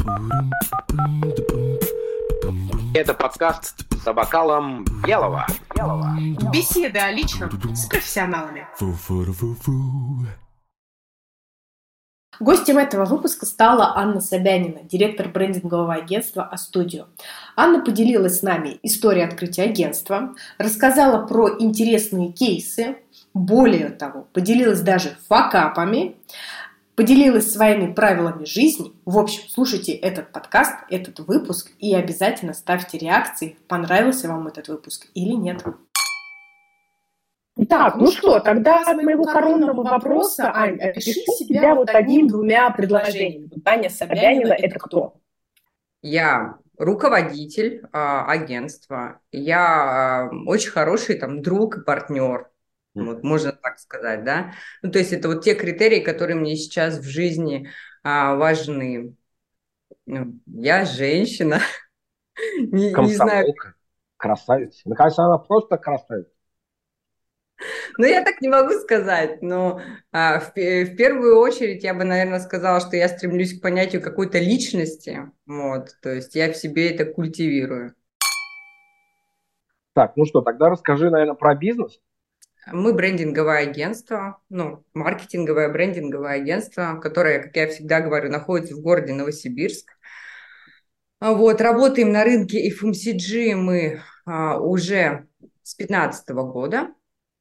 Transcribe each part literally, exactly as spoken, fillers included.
Это подкаст «За бокалом белого». белого. Беседы о личном с профессионалами. Гостем этого выпуска стала Анна Собянина, директор брендингового агентства «А-Студио». Анна поделилась с нами историей открытия агентства, рассказала про интересные кейсы, более того, поделилась даже факапами, поделилась своими правилами жизни. В общем, слушайте этот подкаст, этот выпуск и обязательно ставьте реакции, понравился вам этот выпуск или нет. Так, ну что, тогда с моего коронного вопроса, Ань, опиши себя вот одним-двумя предложениями. Аня Собянина – это кто? Я руководитель а, агентства, я а, очень хороший там друг и партнер, вот, можно так сказать, да. Ну, то есть это вот те критерии, которые мне сейчас в жизни а, важны. Я женщина, не, не знаю. Красавица. Мне кажется, она просто красавица. Ну, я так не могу сказать, но а, в, в первую очередь я бы, наверное, сказала, что я стремлюсь к понятию какой-то личности, вот, то есть я в себе это культивирую. Так, ну что, тогда расскажи, наверное, про бизнес. Мы брендинговое агентство, ну, маркетинговое брендинговое агентство, которое, как я всегда говорю, находится в городе Новосибирск. Вот, работаем на рынке эф эм си джи мы а, уже с две тысячи пятнадцатого года.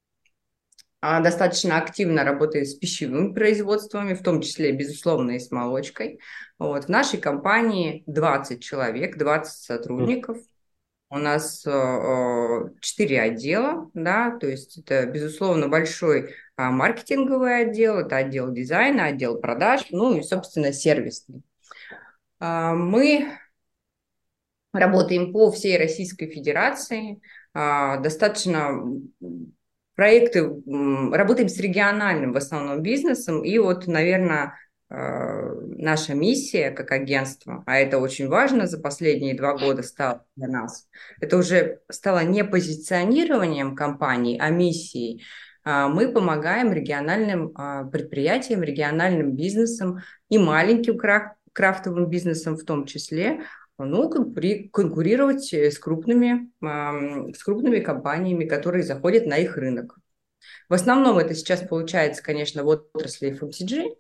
Достаточно активно работает с пищевыми производствами, в том числе, безусловно, и с молочкой. Вот. В нашей компании двадцать человек, двадцать сотрудников. У нас четыре отдела, да, то есть это, безусловно, большой а, маркетинговый отдел, это отдел дизайна, отдел продаж, ну и, собственно, сервисный. А, мы работаем по всей Российской Федерации, а, достаточно... Проекты, работаем с региональным в основном бизнесом, и вот, наверное, наша миссия как агентство, а это очень важно за последние два года стало для нас, это уже стало не позиционированием компании, а миссией. Мы помогаем региональным предприятиям, региональным бизнесам и маленьким крафтовым бизнесам в том числе, ну, конкурировать с крупными, с крупными компаниями, которые заходят на их рынок. В основном это сейчас получается, конечно, в отрасли эф эм си джи,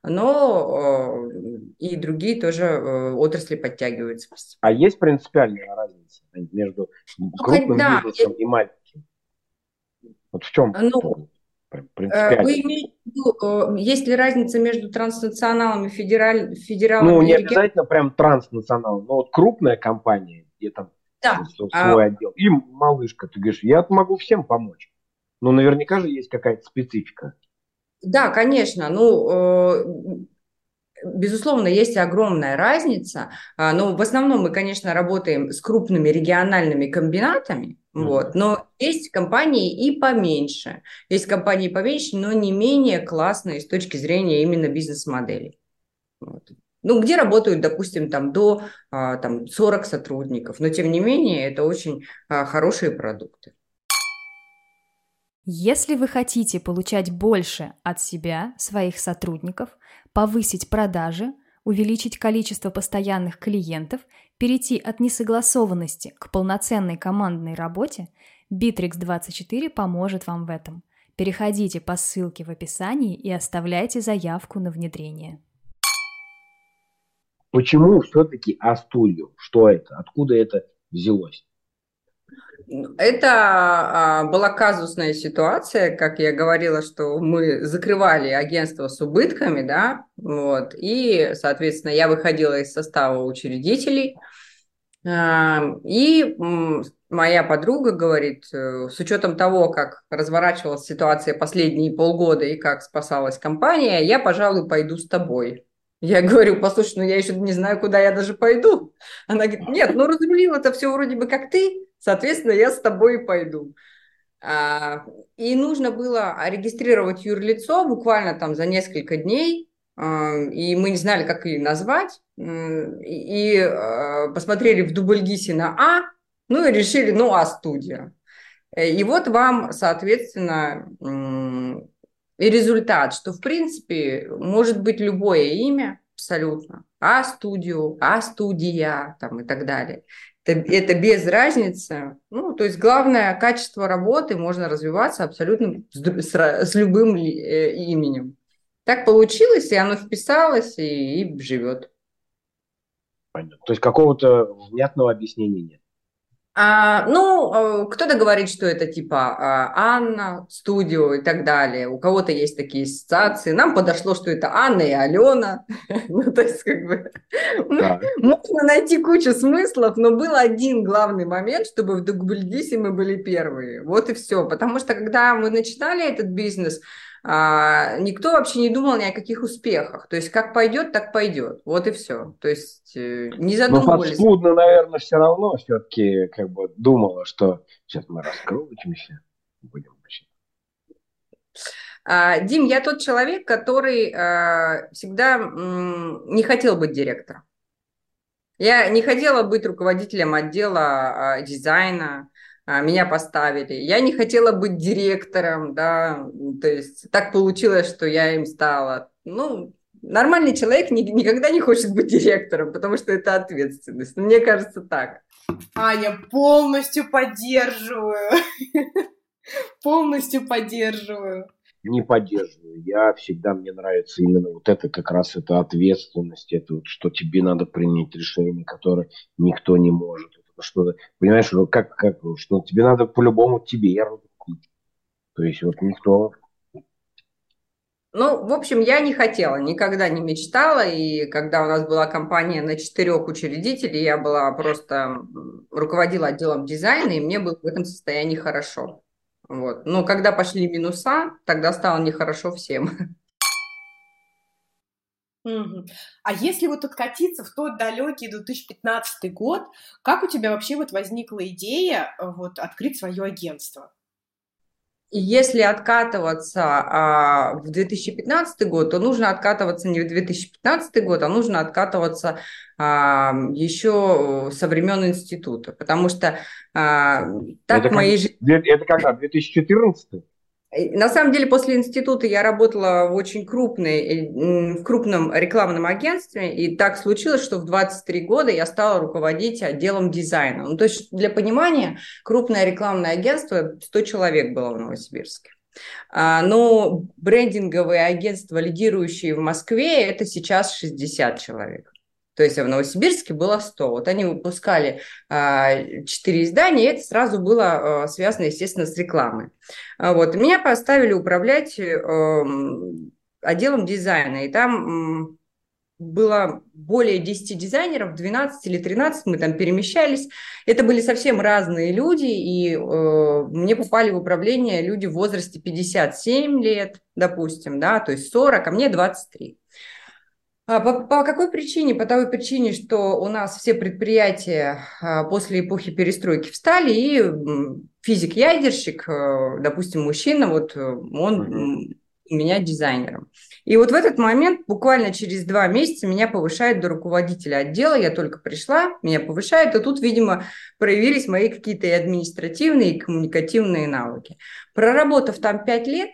но и другие тоже отрасли подтягиваются. А есть принципиальная разница между крупным ну, да, бизнесом и маленьким? Вот в чем? Ну, вы имеете в виду, есть ли разница между транснационалами, федераль, федералами? Ну, не обязательно прям транснационал, но вот крупная компания, где там да. свой а... отдел, и малышка, ты говоришь, я могу всем помочь. Но наверняка же есть какая-то специфика. Да, конечно. Ну, безусловно, есть огромная разница. Но в основном мы, конечно, работаем с крупными региональными комбинатами. Mm-hmm. Вот. Но есть компании и поменьше. Есть компании поменьше, но не менее классные с точки зрения именно бизнес-моделей. Вот. Ну, где работают, допустим, там до там, сорок сотрудников. Но, тем не менее, это очень хорошие продукты. Если вы хотите получать больше от себя, своих сотрудников, повысить продажи, увеличить количество постоянных клиентов, перейти от несогласованности к полноценной командной работе, Битрикс двадцать четыре поможет вам в этом. Переходите по ссылке в описании и оставляйте заявку на внедрение. Почему все-таки А-Студио? Что это? Откуда это взялось? Это а, была казусная ситуация, как я говорила, что мы закрывали агентство с убытками, да, вот, и, соответственно, я выходила из состава учредителей, а, и м, моя подруга говорит, с учетом того, как разворачивалась ситуация последние полгода и как спасалась компания, я, пожалуй, пойду с тобой. Я говорю, послушай, ну я еще не знаю, куда я даже пойду. Она говорит, нет, ну разрулил это все вроде бы как ты, соответственно, я с тобой и пойду. А, и нужно было регистрировать юрлицо буквально там за несколько дней, а, и мы не знали, как ее назвать, и, и а, посмотрели в Дубльгисе на А, ну и решили, ну, А-студия. И вот вам, соответственно, и результат, что, в принципе, может быть любое имя абсолютно. А-студио, А-студия там, и так далее. Это, это без разницы. Ну, то есть главное качество работы, можно развиваться абсолютно с, с, с любым э, именем. Так получилось, и оно вписалось, и, и живет. Понятно. То есть какого-то внятного объяснения нет. А, ну, кто-то говорит, что это типа Анна, студио и так далее. У кого-то есть такие ассоциации. Нам подошло, что это Анна и Алена. Ну, то есть, как бы, можно найти кучу смыслов, но был один главный момент, чтобы в Дубльдисе мы были первые. Вот и все. Потому что, когда мы начинали этот бизнес, а, никто вообще не думал ни о каких успехах. То есть, как пойдет, так пойдет. Вот и все. То есть, не задумывались. Но подспудно, наверное, все равно все-таки как бы думала, что сейчас мы раскрутимся, будем начинать. А, Дим, я тот человек, который а, всегда м, не хотел быть директором. Я не хотела быть руководителем отдела а, дизайна, а, меня поставили. Я не хотела быть директором, да, то есть так получилось, что я им стала. Ну, нормальный человек ни, никогда не хочет быть директором, потому что это ответственность. Мне кажется так. Аня, полностью поддерживаю. Полностью поддерживаю. Не поддерживаю. Я всегда, мне нравится именно вот это, как раз это ответственность, это вот, что тебе надо принять решение, которое никто не может. Это что, понимаешь, как, как, что тебе надо по-любому тебе руководить. То есть вот никто... Ну, в общем, я не хотела, никогда не мечтала, и когда у нас была компания на четырех учредителей, я была просто руководила отделом дизайна, и мне было в этом состоянии хорошо. Вот. Но когда пошли минуса, тогда стало нехорошо всем. Угу. А если вот откатиться в тот далекий две тысячи пятнадцатый год, как у тебя вообще вот возникла идея вот открыть свое агентство? Если откатываться а, в две тысячи пятнадцатый год, то нужно откатываться не в две тысячи пятнадцатый год, а нужно откатываться а, еще со времен института, потому что а, так это в моей жизни... Это когда? две тысячи четырнадцатый? На самом деле, после института я работала в очень крупной, в крупном рекламном агентстве, и так случилось, что в двадцать три года я стала руководить отделом дизайна. Ну, то есть, для понимания, крупное рекламное агентство, сто человек было в Новосибирске. Но брендинговые агентства, лидирующие в Москве, это сейчас шестьдесят человек. То есть в Новосибирске было сто. Вот они выпускали четыре издания, и это сразу было связано, естественно, с рекламой. Вот. Меня поставили управлять отделом дизайна, и там было более десяти дизайнеров, двенадцать или тринадцать, мы там перемещались. Это были совсем разные люди, и э, мне попали в управление люди в возрасте пятьдесят семь лет, допустим, да, то есть сорок, а мне двадцать три. По, по какой причине? По той причине, что у нас все предприятия после эпохи перестройки встали, и физик-ядерщик, допустим, мужчина, вот он uh-huh. у меня дизайнером. И вот в этот момент, буквально через два месяца, меня повышают до руководителя отдела, я только пришла, меня повышают, и тут, видимо, проявились мои какие-то и административные, и коммуникативные навыки. Проработав там пять лет,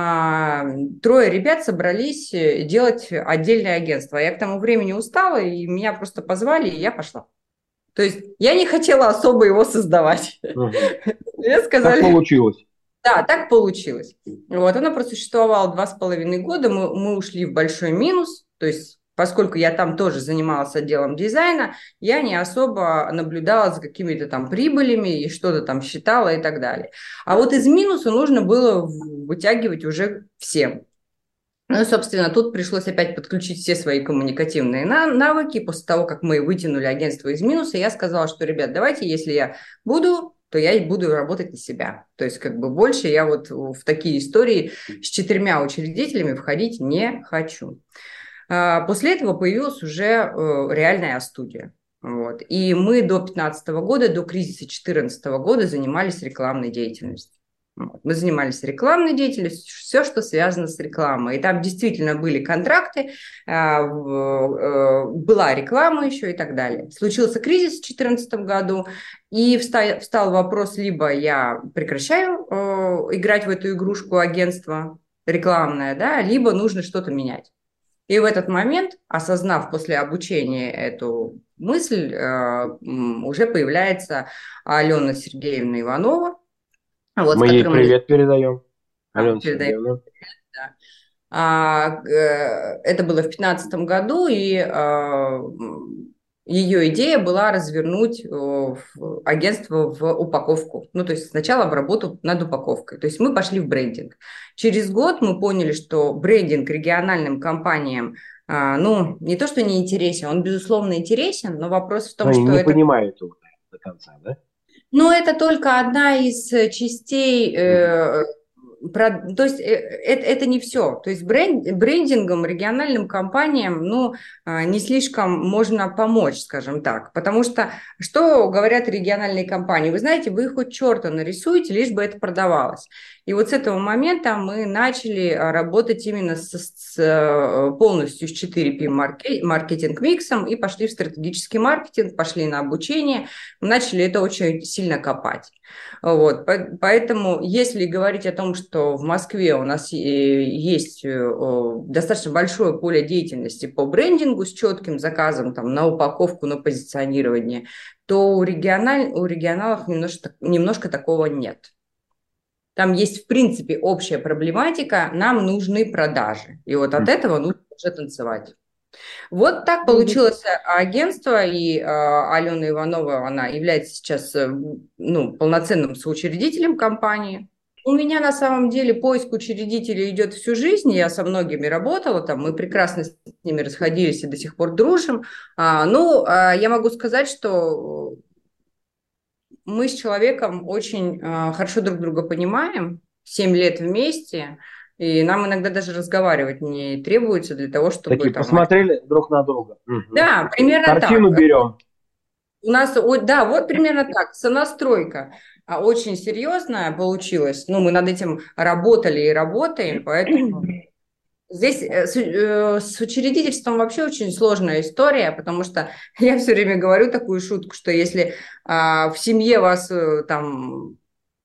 трое ребят собрались делать отдельное агентство. Я к тому времени устала, и меня просто позвали, и я пошла. То есть я не хотела особо его создавать. Угу. Мне сказали... Так получилось. Да, так получилось. Вот, оно просуществовало два с половиной года, мы, мы ушли в большой минус, то есть поскольку я там тоже занималась отделом дизайна, я не особо наблюдала за какими-то там прибылями и что-то там считала и так далее. А вот из минуса нужно было вытягивать уже всем. Ну и, собственно, тут пришлось опять подключить все свои коммуникативные навыки. После того, как мы вытянули агентство из минуса, я сказала, что, ребят, давайте, если я буду, то я буду работать на себя. То есть как бы больше я вот в такие истории с четырьмя учредителями входить не хочу. После этого появилась уже реальная студия. Вот. И мы до две тысячи пятнадцатого года, до кризиса две тысячи четырнадцатого года занимались рекламной деятельностью. Вот. Мы занимались рекламной деятельностью, все, что связано с рекламой. И там действительно были контракты, была реклама еще и так далее. Случился кризис в две тысячи четырнадцатом году, и встал вопрос, либо я прекращаю играть в эту игрушку агентства рекламное, да, либо нужно что-то менять. И в этот момент, осознав после обучения эту мысль, уже появляется Алена Сергеевна Иванова, вот, с Мы ей которой мы привет передаем, Алена передаем. Сергеевна. А, это было в пятнадцатом году, и а, ее идея была развернуть агентство в упаковку. Ну, то есть сначала в работу над упаковкой. То есть мы пошли в брендинг. Через год мы поняли, что брендинг региональным компаниям, а, ну, не то, что не интересен, он, безусловно, интересен, но вопрос в том, Но что они не это... понимают его до конца, да? Ну, это только одна из частей... Э, Про, то есть это, это не все. То есть бренд, брендингом региональным компаниям, ну, не слишком можно помочь, скажем так. Потому что, что говорят региональные компании? Вы знаете, вы хоть черта нарисуете, лишь бы это продавалось. И вот с этого момента мы начали работать именно с, с полностью с четыре пи маркетинг-миксом и пошли в стратегический маркетинг, пошли на обучение, начали это очень сильно копать. Вот, поэтому, если говорить о том, что в Москве у нас есть достаточно большое поле деятельности по брендингу с четким заказом там, на упаковку, на позиционирование, то у, региональ, у регионалов немножко, немножко такого нет. Там есть, в принципе, общая проблематика, нам нужны продажи. И вот от этого нужно уже танцевать. Вот так получилось агентство, и э, Алена Иванова, она является сейчас э, ну, полноценным соучредителем компании. У меня на самом деле поиск учредителей идет всю жизнь, я со многими работала, там, мы прекрасно с ними расходились и до сих пор дружим. А, ну, а я могу сказать, что мы с человеком очень э, хорошо друг друга понимаем, семь лет вместе, и нам иногда даже разговаривать не требуется для того, чтобы... Такие там, посмотрели друг на друга. Да, примерно Картину так. берем. У нас, да, вот примерно так, сонастройка очень серьезная получилась. Ну, мы над этим работали и работаем, поэтому здесь с, с учредительством вообще очень сложная история, потому что я все время говорю такую шутку, что если а, в семье вас там...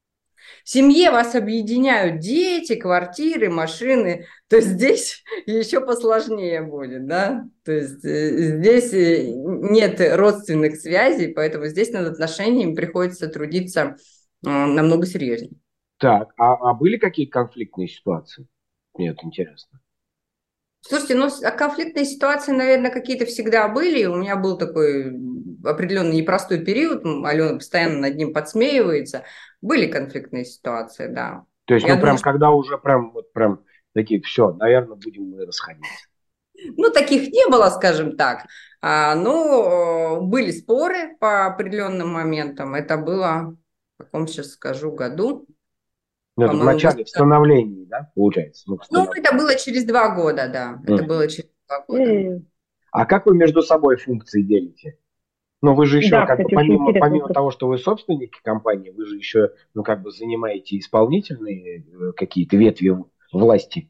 В семье вас объединяют дети, квартиры, машины, то здесь еще посложнее будет, да? То есть здесь нет родственных связей, поэтому здесь над отношениями приходится трудиться намного серьезнее. Так, а, а были какие конфликтные ситуации? Мне это интересно. Слушайте, ну, конфликтные ситуации, наверное, какие-то всегда были. У меня был такой определенный непростой период. Алена постоянно над ним подсмеивается. Были конфликтные ситуации, да. То есть, Я ну, думаю, прям, что... когда уже прям, вот прям такие, все, наверное, будем мы расходиться. Ну, таких не было, скажем так. А, ну, были споры по определенным моментам. Это было, в каком сейчас скажу, году. Ну, это в начале, в становлении, да, получается? Ну, ну, это было через два года, да. Mm. Это было через два года. Mm. А как вы между собой функции делите? Ну, вы же еще, да, как кстати, бы, помимо, помимо того, что вы собственники компании, вы же еще, ну, как бы занимаете исполнительные какие-то ветви власти.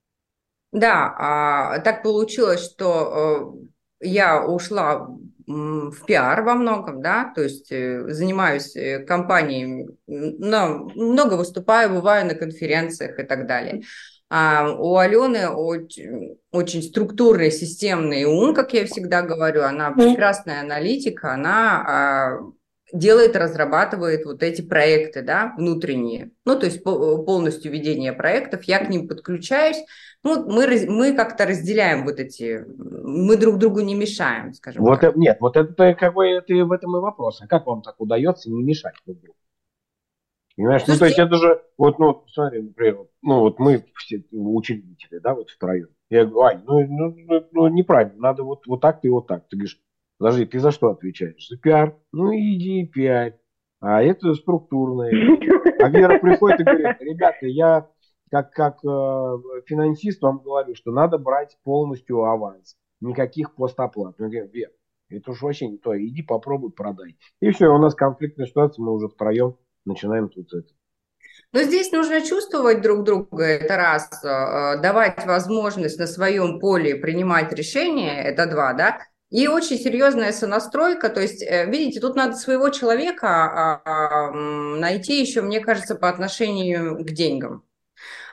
Да, а, так получилось, что э, я ушла в пиар во многом, да, то есть э, занимаюсь компанией, но много выступаю, бываю на конференциях и так далее. А у Алены очень, очень структурный, системный ум, как я всегда говорю, она прекрасная аналитика, она а, делает, разрабатывает вот эти проекты, да, внутренние, ну, то есть полностью ведение проектов, я к ним подключаюсь. Ну, мы, мы как-то разделяем вот эти, мы друг другу не мешаем, скажем вот так. Это, нет, вот это как бы это в этом и вопрос. А как вам так удается не мешать друг другу? Понимаешь, Слушайте, ну, то есть это же, вот, ну, смотри, например, ну, вот мы все учредители, да, вот втроем. Я говорю, Ань, ну, ну, ну, ну неправильно, надо вот, вот так и вот так. Ты говоришь, подожди, ты за что отвечаешь? За пиар? Ну, иди пиарь. А это структурное. А Вера приходит и говорит, ребята, я как, как э, финансист вам говорю, что надо брать полностью аванс. Никаких постоплат. Я говорю, Вера, это уж вообще не то. Иди попробуй, продай. И все, у нас конфликтная ситуация, мы уже втроем начинаем тут это. Но здесь нужно чувствовать друг друга, это раз, давать возможность на своем поле принимать решения, это два, да, и очень серьезная сонастройка, то есть, видите, тут надо своего человека найти еще, мне кажется, по отношению к деньгам.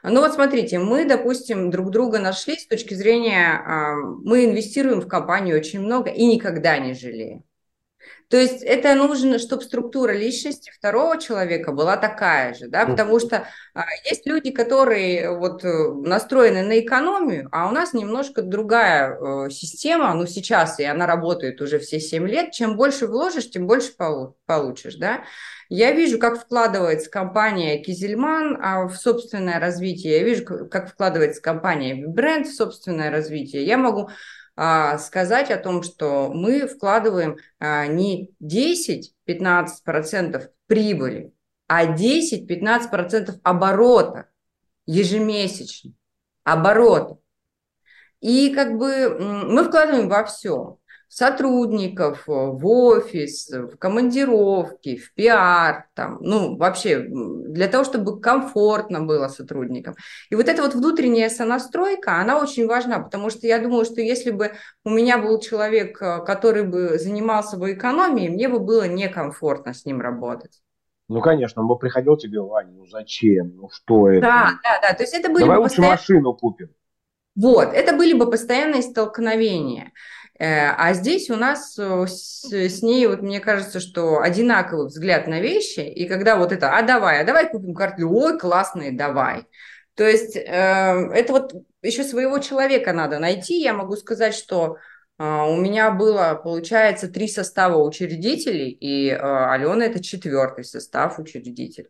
Ну вот смотрите, мы, допустим, друг друга нашли с точки зрения, мы инвестируем в компанию очень много и никогда не жалеем. То есть это нужно, чтобы структура личности второго человека была такая же, да, потому что а, есть люди, которые вот настроены на экономию, а у нас немножко другая э, система, ну сейчас, и она работает уже все семь лет, чем больше вложишь, тем больше получишь, да. Я вижу, как вкладывается компания Кизельман а, в собственное развитие, я вижу, как вкладывается компания Бренд в собственное развитие, я могу сказать о том, что мы вкладываем не десять-пятнадцать процентов прибыли, а десять-пятнадцать процентов оборота ежемесячно. Оборота. И как бы мы вкладываем во все. В сотрудников, в офис, в командировки, в пиар, там, ну, вообще, для того, чтобы комфортно было сотрудникам. И вот эта вот внутренняя сонастройка, она очень важна, потому что я думаю, что если бы у меня был человек, который бы занимался бы экономией, мне бы было некомфортно с ним работать. Ну, конечно, он бы приходил тебе, Ваня, ну зачем, ну что это? Да, да, да, то есть это были Давай бы лучше постоянно... машину купим. Вот, это были бы постоянные столкновения. А здесь у нас с, с ней, вот мне кажется, что одинаковый взгляд на вещи, и когда вот это, а давай, а давай купим карту, ой, классные, давай. То есть э, это вот еще своего человека надо найти. Я могу сказать, что э, у меня было, получается, три состава учредителей, и э, Алена – это четвертый состав учредителей.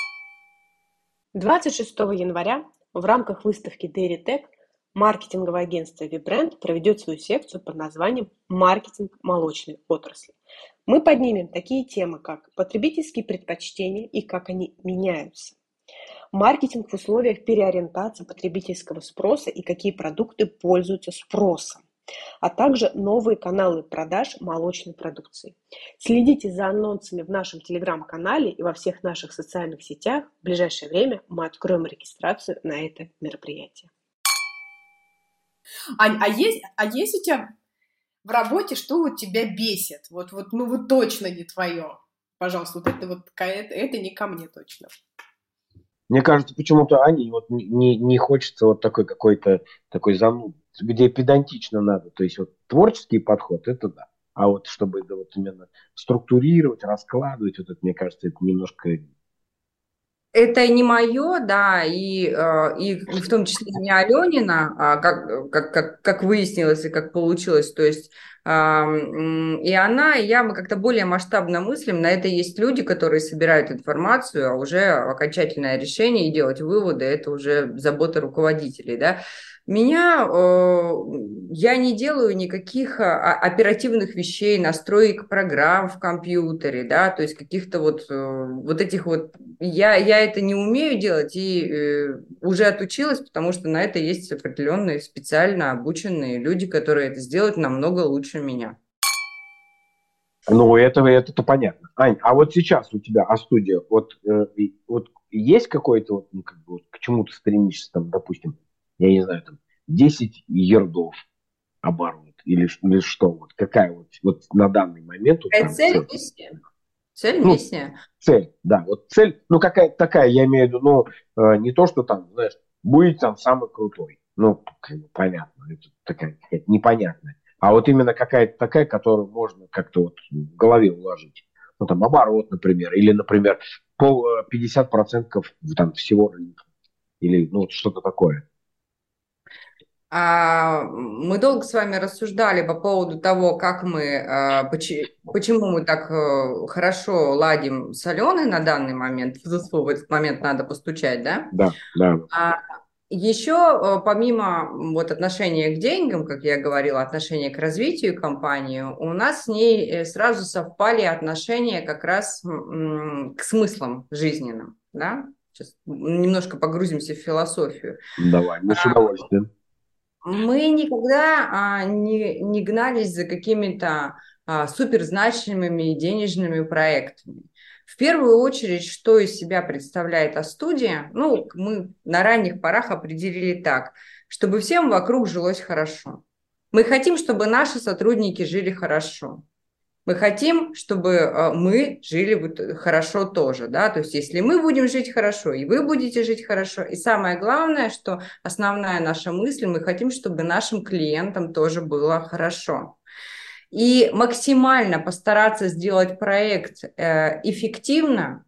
двадцать шестого января в рамках выставки Dairy Tech маркетинговое агентство ViBrand проведет свою секцию под названием «Маркетинг молочной отрасли». Мы поднимем такие темы, как потребительские предпочтения и как они меняются, маркетинг в условиях переориентации потребительского спроса и какие продукты пользуются спросом, а также новые каналы продаж молочной продукции. Следите за анонсами в нашем телеграм-канале и во всех наших социальных сетях. В ближайшее время мы откроем регистрацию на это мероприятие. Ань, а есть, а есть у тебя в работе, что вот тебя бесит? Вот, вот, ну вот точно не твое. Пожалуйста, вот это вот это, это не ко мне точно. Мне кажется, почему-то Ане вот не, не хочется вот такой какой-то такой зануд, где педантично надо. То есть вот творческий подход, это да. А вот чтобы это вот именно структурировать, раскладывать, вот это, мне кажется, это немножко... Это не мое, да, и, и в том числе не Аленина, как, как, как, как выяснилось и как получилось. То есть и она, и я, мы как-то более масштабно мыслим. На это есть люди, которые собирают информацию, а уже окончательное решение и делать выводы – это уже забота руководителей, да. Меня, я не делаю никаких оперативных вещей, настроек программ в компьютере, да, то есть каких-то вот, вот этих вот, я, я это не умею делать и уже отучилась, потому что на это есть определенные специально обученные люди, которые это сделают намного лучше меня. Ну, это, это-то понятно. Ань, а вот сейчас у тебя А-студия, вот, вот есть какой-то, вот, ну, как бы, вот, к чему ты стремишься, там, допустим, я не знаю, там, десять ярдов оборот или, или что, вот какая вот, вот на данный момент... Вот, там, цель, миссия. Цель, ну, миссия. Цель, да, вот цель, ну какая-то такая, я имею в виду, ну, э, не то, что там, знаешь, быть там самый крутой, ну, понятно, это такая какая-то непонятная, а вот именно какая-то такая, которую можно как-то вот в голове уложить. Ну, там, оборот, например, или, например, пол, пятьдесят процентов там всего рынка, или, ну, вот что-то такое. Мы долго с вами рассуждали по поводу того, как мы, почему мы так хорошо ладим с Аленой на данный момент. В этот момент надо постучать, да? Да, да. Еще помимо вот отношения к деньгам, как я говорила, отношения к развитию компании, у нас с ней сразу совпали отношения как раз к смыслам жизненным, да? Сейчас немножко погрузимся в философию. Давай, мы с удовольствием. Мы никогда а, не, не гнались за какими-то а, суперзначимыми денежными проектами. В первую очередь, что из себя представляет А-студия, ну, мы на ранних порах определили так, чтобы всем вокруг жилось хорошо. Мы хотим, чтобы наши сотрудники жили хорошо. Мы хотим, чтобы мы жили хорошо тоже, да, то есть если мы будем жить хорошо, и вы будете жить хорошо, и самое главное, что основная наша мысль, мы хотим, чтобы нашим клиентам тоже было хорошо. И максимально постараться сделать проект эффективно,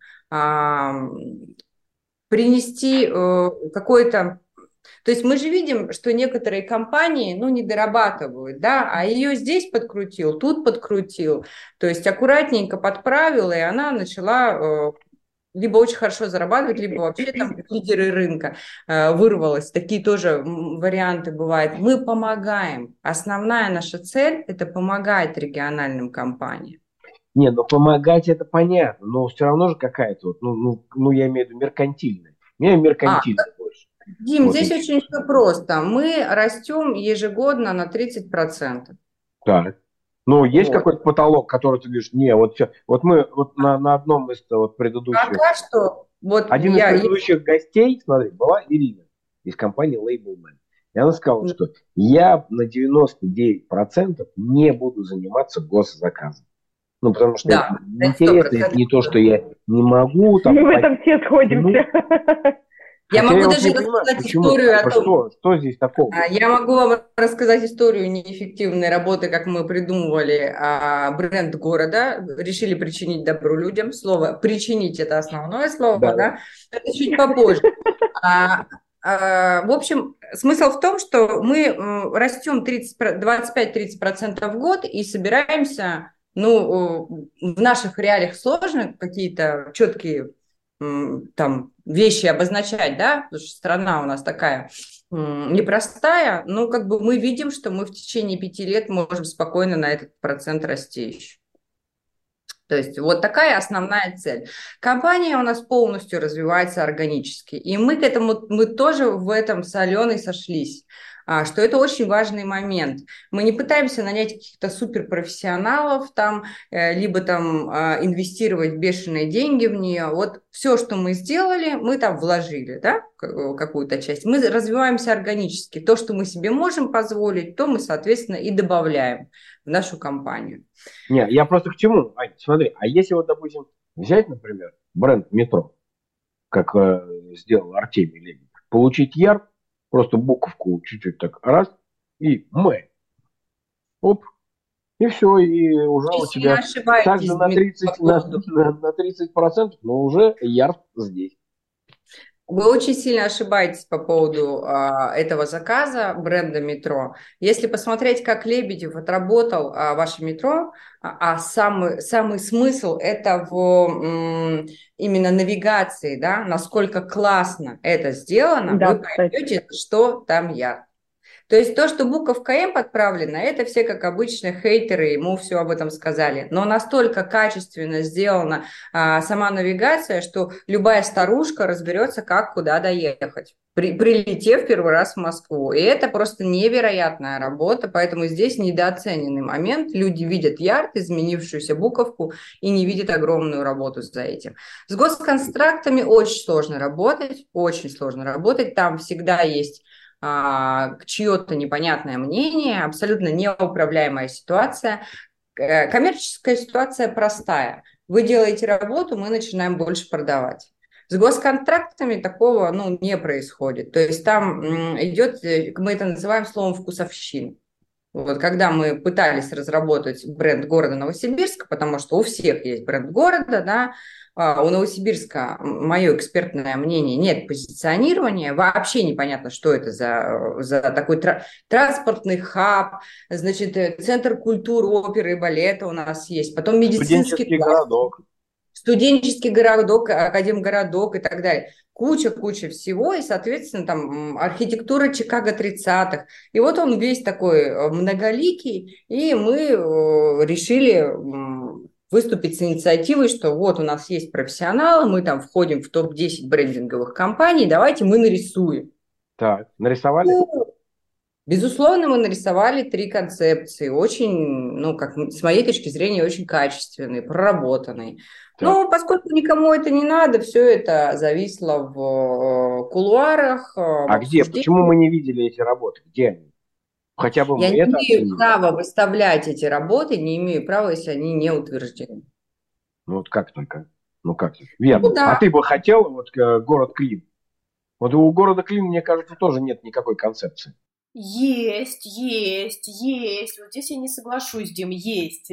принести какой-то... То есть мы же видим, что некоторые компании, ну, не дорабатывают, да, а ее здесь подкрутил, тут подкрутил, то есть аккуратненько подправила, и она начала либо очень хорошо зарабатывать, либо вообще там лидеры рынка вырвалось. Такие тоже варианты бывают. Мы помогаем. Основная наша цель – это помогать региональным компаниям. Не, ну помогать это понятно, но все равно же какая-то, вот, ну, ну, ну я имею в виду меркантильная. Меня меркантильная а, больше. Дим, вот здесь и... очень все просто. Мы растем ежегодно на тридцать процентов. Так. Ну, есть вот. какой-то потолок, который ты говоришь, не, вот все. Вот мы вот на, на одном из вот предыдущих... Пока что... Вот один я, из предыдущих я... гостей, смотри, была Ирина из компании Labelman. И она сказала, что я на девяносто девять процентов не буду заниматься госзаказом. Ну, потому что да, это интересно, это не то, что я не могу. Там, мы в этом все сходимся. Я Хотя могу я даже рассказать почему? историю о том, что, что здесь такого? Я могу вам рассказать историю неэффективной работы, как мы придумывали бренд города, решили причинить добру людям. Слово «причинить» – это основное слово, да, да? Это чуть попозже. А, а, в общем, смысл в том, что мы растем двадцать пять - тридцать процентов в год и собираемся, ну, в наших реалиях сложно какие-то четкие там вещи обозначать, да, потому что страна у нас такая непростая, но как бы мы видим, что мы в течение пяти лет можем спокойно на этот процент расти еще. То есть вот такая основная цель. Компания у нас полностью развивается органически, и мы к этому, мы тоже в этом с Аленой сошлись, что это очень важный момент. Мы не пытаемся нанять каких-то суперпрофессионалов, там, либо там инвестировать бешеные деньги в нее. Вот все, что мы сделали, мы там вложили, да, какую-то часть. Мы развиваемся органически. То, что мы себе можем позволить, то мы, соответственно, и добавляем в нашу компанию. Не, я просто к чему? Ань, смотри, а если вот, допустим, взять, например, бренд метро, как э, сделал Артемий Лебедев, получить яр, просто буковку чуть-чуть так раз, и мы. Оп. И все, и уже у тебя также на тридцать, на, на, на тридцать процентов, но уже яр здесь. Вы очень сильно ошибаетесь по поводу а, этого заказа бренда метро. Если посмотреть, как Лебедев отработал а, ваше метро, а, а самый, самый смысл это в м, именно навигации, да, насколько классно это сделано, да, вы поймете, что там яр. То есть то, что буковка М подправлена, это все, как обычно, хейтеры, ему все об этом сказали. Но настолько качественно сделана а, сама навигация, что любая старушка разберется, как куда доехать, при, прилетев первый раз в Москву. И это просто невероятная работа, поэтому здесь недооцененный момент. Люди видят ярд, изменившуюся буковку, и не видят огромную работу за этим. С госконтрактами очень сложно работать, очень сложно работать. Там всегда есть чье-то непонятное мнение, абсолютно неуправляемая ситуация. Коммерческая ситуация простая. Вы делаете работу, мы начинаем больше продавать. С госконтрактами такого ну, не происходит. То есть там идет, мы это называем словом вкусовщина. Вот, когда мы пытались разработать бренд города Новосибирска, потому что у всех есть бренд города, да, у Новосибирска, мое экспертное мнение, нет позиционирования, вообще непонятно, что это за, за такой тра- транспортный хаб, значит, центр культуры, оперы и балета у нас есть, потом медицинский студенческий городок, студенческий городок, академгородок и так далее. Куча-куча всего, и, соответственно, там архитектура Чикаго тридцатых. И вот он весь такой многоликий, и мы решили выступить с инициативой, что вот у нас есть профессионалы, мы там входим в топ десять брендинговых компаний, давайте мы нарисуем. Так, нарисовали? Ну, безусловно, мы нарисовали три концепции, очень, ну, как с моей точки зрения, очень качественные, проработанные. Так. Но поскольку никому это не надо, все это зависло в кулуарах. А где? Почему мы не видели эти работы? Где они? Хотя бы Я мы не это имею оценили. права выставлять эти работы, не имею права, если они не утверждены. Ну вот как только. Ну как так? Вер, Ну а да. ты бы хотел вот э, город Клин? Вот у города Клин, мне кажется, тоже нет никакой концепции. Есть, есть, есть. Вот здесь я не соглашусь, Дим, есть.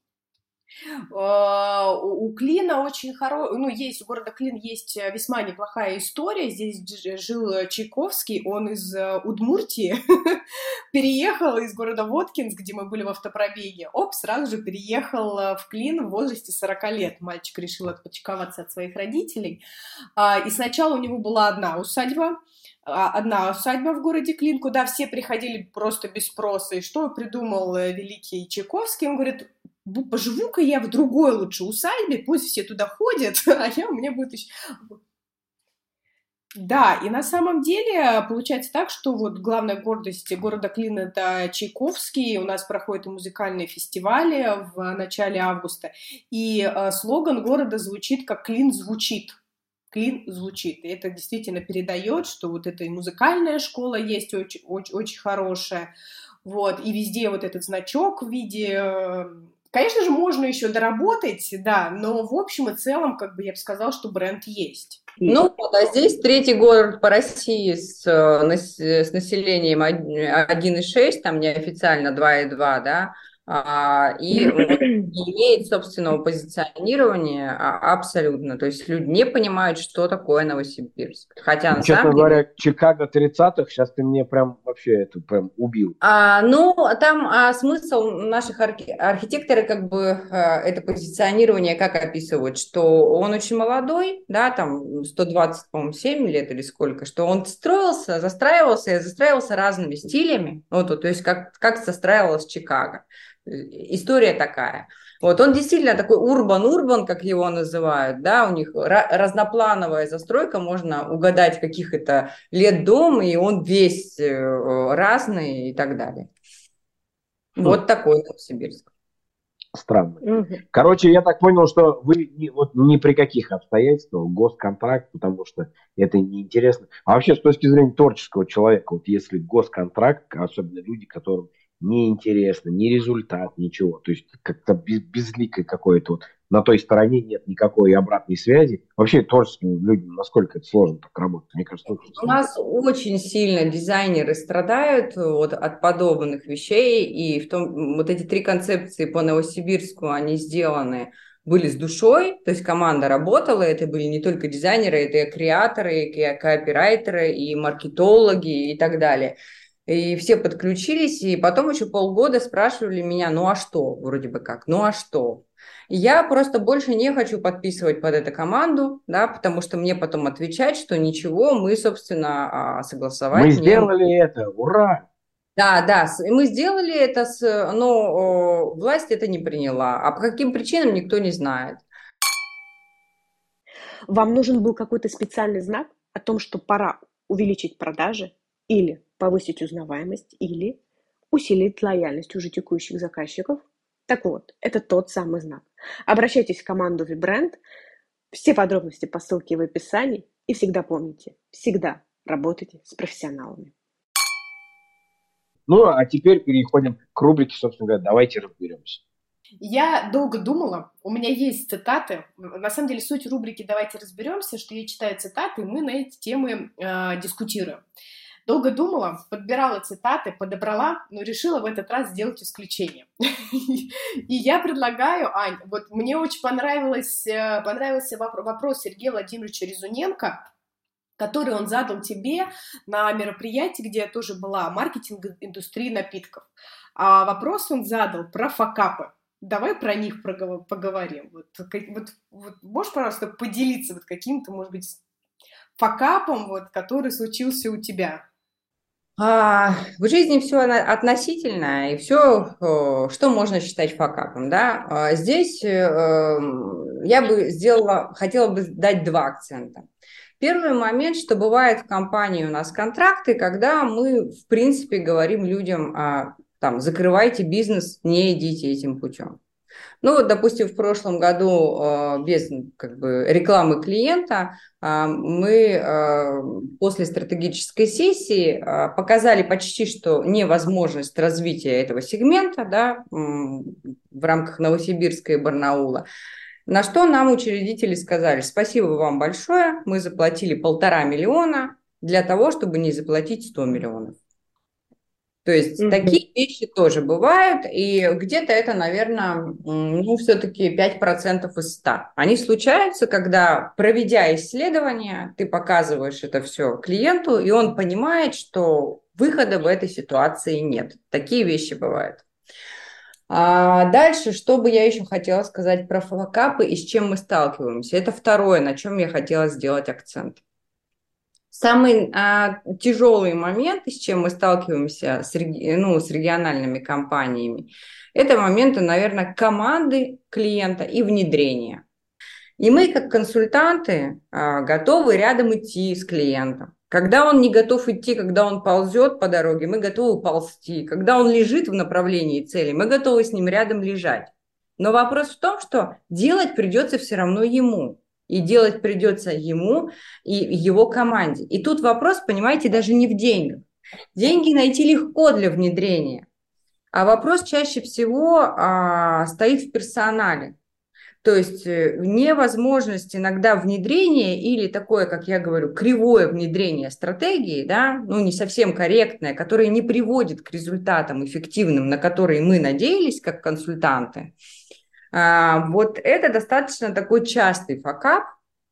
Э, У Клина очень хороший, ну, есть, у города Клин есть весьма неплохая история. Здесь дж- жил Чайковский, он из э, Удмуртии, переехал из города Воткинск, где мы были в автопробеге. Оп, сразу же переехал э, в Клин в возрасте сорока лет. Мальчик решил отпочковаться от своих родителей. А, И сначала у него была одна усадьба, а, одна усадьба в городе Клин, куда все приходили просто без спроса. И что придумал э, великий Чайковский? Он говорит: «Бу- поживу-ка я в другой лучше усадьбе, пусть все туда ходят, а я, у меня будет еще...» Да, и на самом деле получается так, что вот главная гордость города Клин — это Чайковский. У нас проходят и музыкальные фестивали в начале августа. И э, слоган города звучит как «Клин звучит». Клин звучит. И это действительно передает, что вот эта и музыкальная школа есть очень, очень, очень хорошая. Вот. И везде вот этот значок в виде... э, Конечно же, можно еще доработать, да, но в общем и целом, как бы я бы сказала, что бренд есть. Ну вот, а здесь третий город по России с, э, нас- с населением один и шесть, там неофициально два и два, да, а, и вот не имеет собственного позиционирования а, абсолютно. То есть люди не понимают, что такое Новосибирск. Хотя на Честно самом деле... говоря, Чикаго тридцатых, сейчас ты мне прям вообще это прям убил. А, ну, там а, смысл наших архи- архитекторы как бы а, это позиционирование как описывают, что он очень молодой, да, там сто двадцать, по-моему, семь лет или сколько, что он строился, застраивался и застраивался разными стилями, вот, вот, то есть как, как застраивалась Чикаго. История такая. Вот он действительно такой урбан-урбан, как его называют, да, у них ra- разноплановая застройка, можно угадать, каких это лет дом, и он весь э, разный и так далее. Хм, Вот такой Новосибирск. странно. Мгм. Короче, я так понял, что вы ни, вот ни при каких обстоятельствах госконтракт, потому что это неинтересно. А вообще, с точки зрения творческого человека, вот если госконтракт, особенно люди, которым неинтересно, ни результат, ничего, то есть как-то без, безликое какое-то вот, на той стороне нет никакой обратной связи. Вообще творческим людям насколько это сложно так работать? Мне кажется, очень У сложно. нас очень сильно дизайнеры страдают вот от подобных вещей, и в том, вот эти три концепции по Новосибирску, они сделаны, были с душой, то есть команда работала, это были не только дизайнеры, это и креаторы, и ке- копирайтеры, и маркетологи, и так далее. И все подключились, и потом еще полгода спрашивали меня: ну а что, вроде бы как, ну а что? И я просто больше не хочу подписывать под эту команду, да, потому что мне потом отвечать, что ничего, мы, собственно, а, Мы согласовать не... сделали это, ура! Да, да, с- мы сделали это, с, но о, власть это не приняла. А по каким причинам, никто не знает. Вам нужен был какой-то специальный знак о том, что пора увеличить продажи или повысить узнаваемость, или усилить лояльность уже текущих заказчиков? Так вот, это тот самый знак. Обращайтесь в команду VBrand, все подробности по ссылке в описании, и всегда помните, всегда работайте с профессионалами. Ну, а теперь переходим к рубрике, собственно говоря, давайте разберемся. Я долго думала, у меня есть цитаты. На самом деле суть рубрики «Давайте разберемся», что я читаю цитаты, и мы на эти темы э, дискутируем. Долго думала, подбирала цитаты, подобрала, но решила в этот раз сделать исключение. И я предлагаю, Ань, вот мне очень понравилось, э, понравился воп- вопрос Сергея Владимировича Резуненко, который он задал тебе на мероприятии, где я тоже была, маркетинг индустрии напитков. А вопрос он задал про факапы. Давай про них проговор- поговорим. Вот, как- вот, вот можешь, пожалуйста, поделиться вот каким-то, может быть, факапом, вот, который случился у тебя? А, в жизни все относительно, и все, что можно считать факапом, да. А здесь э, эм, я бы сделала, хотела бы дать два акцента. Первый момент, что бывает в компании у нас контракты, когда мы, в принципе, говорим людям, а, там, закрывайте бизнес, не идите этим путем. Ну, вот, допустим, в прошлом году э, без как бы, рекламы клиента э, мы э, после стратегической сессии э, показали почти что невозможность развития этого сегмента, да, м, в рамках Новосибирска и Барнаула. На что нам учредители сказали: спасибо вам большое, мы заплатили полтора миллиона для того, чтобы не заплатить сто миллионов. То есть Мгм. такие вещи тоже бывают, и где-то это, наверное, ну, все-таки пять процентов из ста. Они случаются, когда, проведя исследование, ты показываешь это все клиенту, и он понимает, что выхода в этой ситуации нет. Такие вещи бывают. А дальше, что бы я еще хотела сказать про факапы и с чем мы сталкиваемся. Это второе, на чем я хотела сделать акцент. Самый а, тяжелый момент, с чем мы сталкиваемся с, реги- ну, с региональными компаниями, это моменты, наверное, команды клиента и внедрения. И мы, как консультанты, а, готовы рядом идти с клиентом. Когда он не готов идти, когда он ползет по дороге, мы готовы ползти. Когда он лежит в направлении цели, мы готовы с ним рядом лежать. Но вопрос в том, что делать придется все равно ему. И делать придется ему и его команде. И тут вопрос, понимаете, даже не в деньгах. Деньги найти легко для внедрения. А вопрос чаще всего а, стоит в персонале. То есть э, невозможность иногда внедрения или такое, как я говорю, кривое внедрение стратегии, да, ну не совсем корректное, которое не приводит к результатам эффективным, на которые мы надеялись как консультанты. А, вот это достаточно такой частый факап.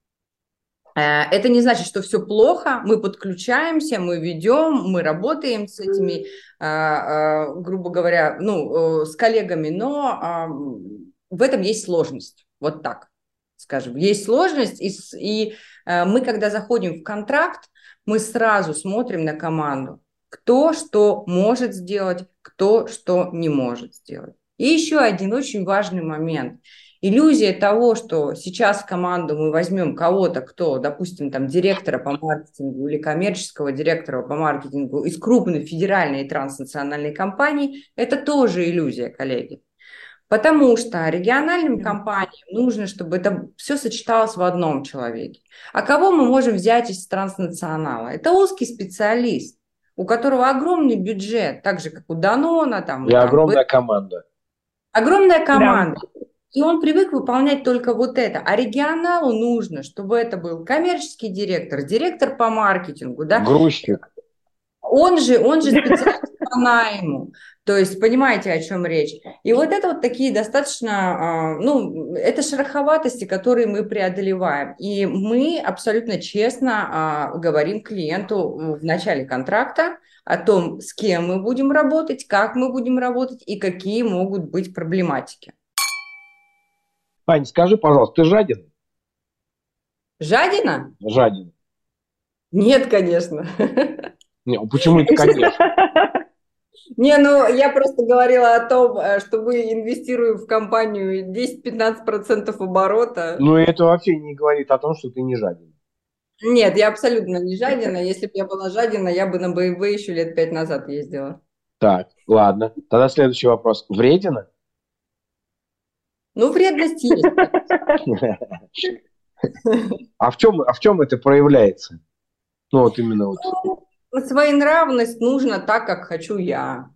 Э, Это не значит, что все плохо, мы подключаемся, мы ведем, мы работаем с этими, а, а, грубо говоря, ну, э, с коллегами, но а, в этом есть сложность, вот так скажем. Есть сложность, и, с- и э, мы, когда заходим в контракт, мы сразу смотрим на команду, кто что может сделать, кто что не может сделать. И еще один очень важный момент – иллюзия того, что сейчас в команду мы возьмем кого-то, кто, допустим, там директора по маркетингу или коммерческого директора по маркетингу из крупной федеральной и транснациональной компании, это тоже иллюзия, коллеги. Потому что региональным компаниям нужно, чтобы это все сочеталось в одном человеке. А кого мы можем взять из транснационала? Это узкий специалист, у которого огромный бюджет, так же, как у Данона, там, И и там, огромная команда. огромная Да. команда. И он привык выполнять только вот это. А регионалу нужно, чтобы это был коммерческий директор, директор по маркетингу, да, Грузчик. он же, он же специалист по найму. То есть, понимаете, о чем речь. И вот это вот такие достаточно, а, ну, это шероховатости, которые мы преодолеваем. И мы абсолютно честно а, говорим клиенту в начале контракта о том, с кем мы будем работать, как мы будем работать и какие могут быть проблематики. Ань, скажи, пожалуйста, ты жаден? Жадина? Жаден. Нет, конечно. Не, почему это, конечно? Не, ну я просто говорила о том, э, что мы инвестируем в компанию десять-пятнадцать процентов оборота. Ну, это вообще не говорит о том, что ты не жаден. Нет, я абсолютно не жадина. Если бы я была жадина, я бы на бэ эм вэ еще лет пять назад ездила. Так, ладно. Тогда следующий вопрос. Вредина? Ну, вредность есть. А в чем, а в чем это проявляется? Ну, вот именно вот. Ну, своенравность нужно так, как хочу я.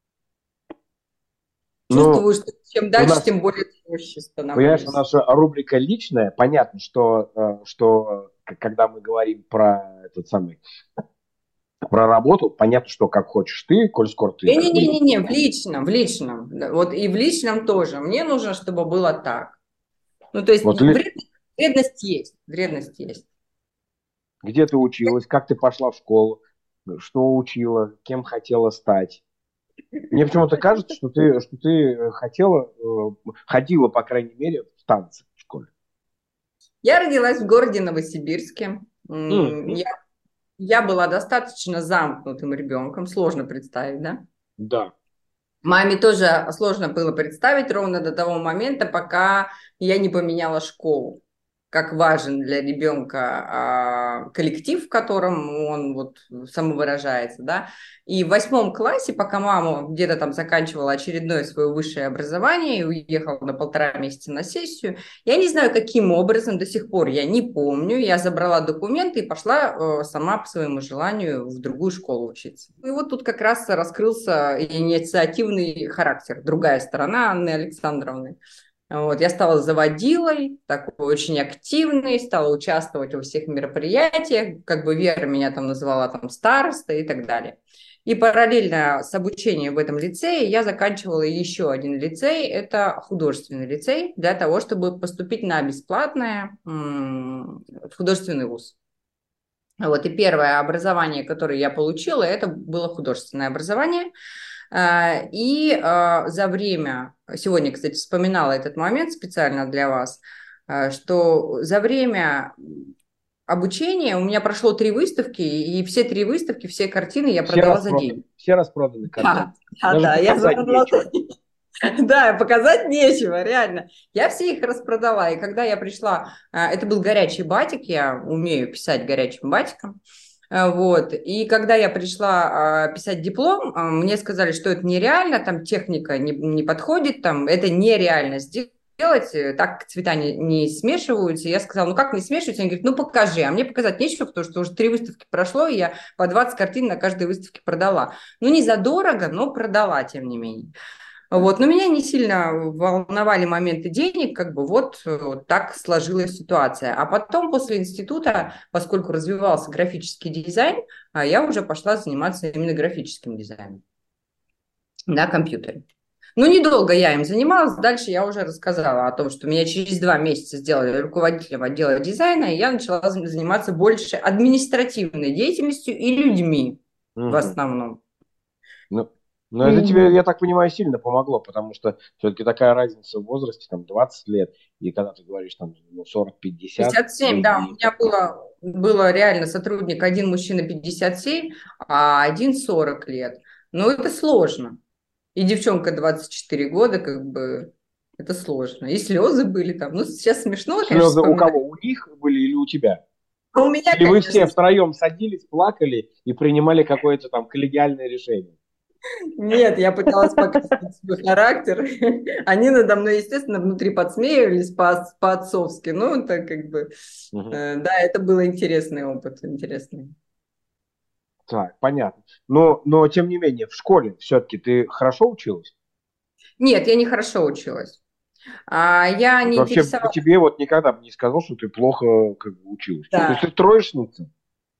Ну, Чувствую, что чем у дальше, нас, тем более проще понимаешь, у становлюсь. нас рубрика личная. Понятно, что, э, что к- когда мы говорим про этот самый, про работу, понятно, что как хочешь ты, коль скоро ты как бы... Не-не-не-не, в личном, в личном. Да, вот и в личном тоже. Мне нужно, чтобы было так. Ну, то есть Вот ли- вредность, вредность есть, вредность есть. где ты училась, как ты пошла в школу, что учила, кем хотела стать. Мне почему-то кажется, что ты, что ты хотела, э, ходила, по крайней мере, в танцы в школе. Я родилась в городе Новосибирске. М, М, Я, я была достаточно замкнутым ребенком, сложно представить, да? Да. Маме тоже сложно было представить ровно до того момента, пока я не поменяла школу. как важен для ребенка а, коллектив, в котором он вот самовыражается, да. И в восьмом классе, пока мама где-то там заканчивала очередное свое высшее образование и уехала на полтора месяца на сессию, я не знаю, каким образом, до сих пор я не помню, я забрала документы и пошла э, сама по своему желанию в другую школу учиться. И вот тут как раз раскрылся инициативный характер, другая сторона Анны Александровны. Вот, я стала заводилой, такой очень активной, стала участвовать во всех мероприятиях, как бы Вера меня там назвала там старостой и так далее. И параллельно с обучением в этом лицее я заканчивала еще один лицей, это художественный лицей, для того, чтобы поступить на бесплатное м- в художественный вуз. Вот, и первое образование, которое я получила, это было художественное образование. И за время, сегодня, кстати, вспоминала этот момент специально для вас, что за время обучения у меня прошло три выставки, и все три выставки, все картины я Все продала за распроданы, деньги. все распроданы картины. Да, да, Даже да, я показать запродала. нечего. Да, показать нечего, реально. Я все их распродала, и когда я пришла, это был горячий батик, я умею писать горячим батиком, вот, и когда я пришла писать диплом, мне сказали, что это нереально, там техника не, не подходит, там это нереально сделать. делать, так цвета не, не смешиваются. Я сказала, ну как не смешиваются? Они говорят, ну покажи. А мне показать нечего, потому что уже три выставки прошло, и я по двадцать картин на каждой выставке продала. Ну не задорого, но продала, тем не менее. Вот. Но меня не сильно волновали моменты денег, как бы вот, вот так сложилась ситуация. А потом после института, поскольку развивался графический дизайн, я уже пошла заниматься именно графическим дизайном на компьютере. Ну, недолго я им занималась, дальше я уже рассказала о том, что меня через два месяца сделали руководителем отдела дизайна, и я начала заниматься больше административной деятельностью и людьми угу. в основном. Ну, но это тебе, я так понимаю, сильно помогло, потому что все-таки такая разница в возрасте, там, двадцать лет, и когда ты говоришь, там, сорок-пятьдесят. пятьдесят семь, да, у меня было, было реально сотрудник, один мужчина пятьдесят семь, а один сорок лет. Но это сложно. И девчонка двадцать четыре года, как бы, это сложно. И слезы были там. Ну, сейчас смешно, слезы конечно, у кого? У них были или у тебя? У меня, или вы конечно. все втроем садились, плакали и принимали какое-то там коллегиальное решение? Нет, я пыталась показать свой характер. Они надо мной, естественно, внутри подсмеивались по-отцовски. Ну, это как бы... Угу. Да, это был интересный опыт, интересный. Так, понятно. Но, но, тем не менее, в школе все-таки ты хорошо училась? Нет, я не хорошо училась. А, я не Вообще, интересовалась... тебе вот никогда бы не сказал, что ты плохо как бы, училась. Да. То есть ты троечница?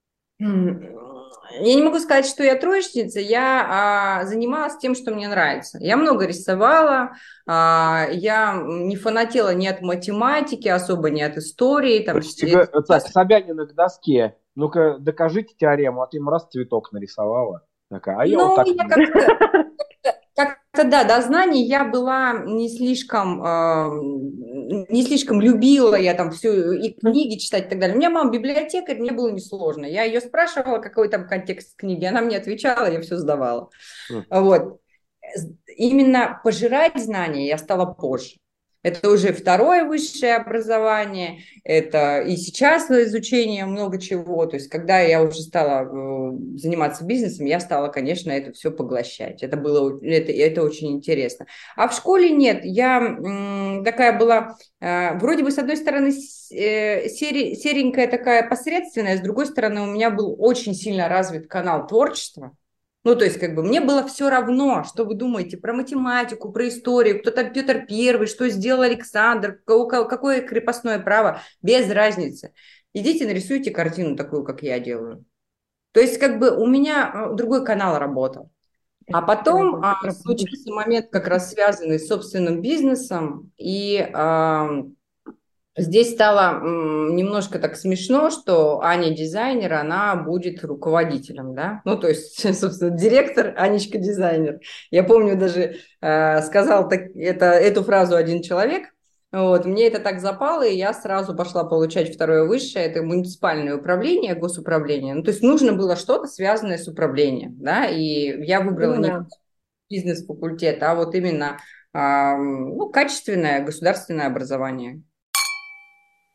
Я не могу сказать, что я троечница, я а, занималась тем, что мне нравится. Я много рисовала, а, я не фанатела ни от математики, особо ни от истории. Там, тебе, это... Так, Собянина к доске, ну-ка докажите теорему, а ты им раз цветок нарисовала. Такая, а я ну, вот так... Я как-то, как-то, да, до знаний я была не слишком, э, не слишком любила я там все, и книги читать и так далее. У меня мама библиотекарь, мне было несложно. Я ее спрашивала, какой там контекст книги, она мне отвечала, я все сдавала. Mm. Вот. Именно пожирать знания я стала позже. Это уже второе высшее образование, это и сейчас изучение много чего. То есть, когда я уже стала э, заниматься бизнесом, я стала, конечно, это все поглощать. Это было, это, это очень интересно. А в школе нет. Я м, такая была, э, вроде бы, с одной стороны, э, сери, серенькая такая посредственная, с другой стороны, у меня был очень сильно развит канал творчества. Ну, то есть, как бы, мне было все равно, что вы думаете про математику, про историю, кто там Петр Первый, что сделал Александр, какое крепостное право, без разницы. Идите, нарисуйте картину такую, как я делаю. То есть, как бы, у меня другой канал работал. А потом а, случился момент, как раз связанный с собственным бизнесом, и... А, здесь стало м, немножко так смешно, что Аня дизайнер, она будет руководителем, да, ну, то есть, собственно, директор, Анечка дизайнер. Я помню, даже э, сказал так, это, эту фразу один человек, вот, мне это так запало, и я сразу пошла получать второе высшее, это муниципальное управление, госуправление, ну, то есть нужно было что-то связанное с управлением, да, и я выбрала ну, не да. бизнес-факультет, а вот именно э, ну, качественное государственное образование.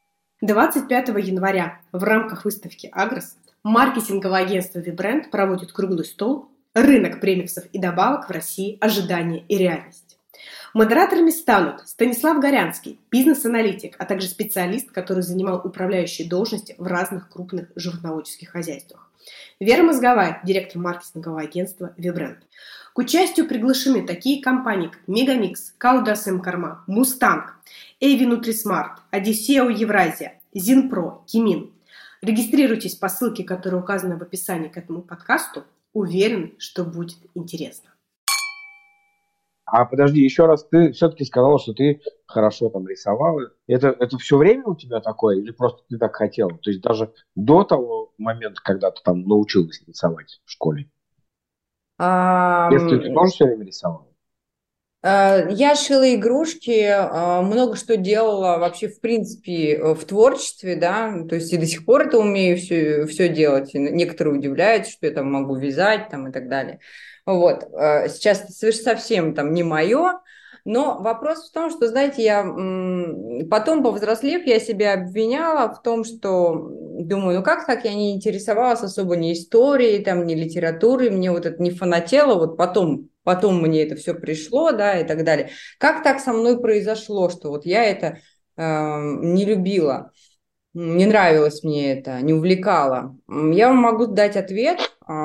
двадцать пятого января в рамках выставки «Агрос» маркетинговое агентство «Вибренд» проводит круглый стол «Рынок премиксов и добавок в России. Ожидания и реальность». Модераторами станут Станислав Горянский, бизнес-аналитик, а также специалист, который занимал управляющие должности в разных крупных животноводческих хозяйствах. Вера Мозговая, директор маркетингового агентства «Вибренд». К участию приглашены такие компании, как Мегамикс, Каудасем Корма, Мустанг, Эйви Нутрисмарт, Одиссео Евразия, Зинпро, Кимин. Регистрируйтесь по ссылке, которая указана в описании к этому подкасту. Уверен, что будет интересно. А подожди, еще раз, ты все-таки сказала, что ты хорошо там рисовала. Это, это все время у тебя такое или просто ты так хотела? То есть даже до того момента, когда ты там научилась рисовать в школе? А, Если ты тоже все время рисовала? Я шила игрушки, много что делала вообще, в принципе, в творчестве, да, то есть и до сих пор это умею все, все делать. И некоторые удивляются, что я там могу вязать там, и так далее. Вот. Сейчас это совсем там не мое, но вопрос в том, что, знаете, я потом, повзрослев, я себя обвиняла в том, что думаю, ну как так, я не интересовалась особо ни историей, там, ни литературой, мне вот это не фанатело, вот потом, потом мне это все пришло, да, и так далее. Как так со мной произошло, что вот я это э, не любила, не нравилось мне это, не увлекало? Я вам могу дать ответ.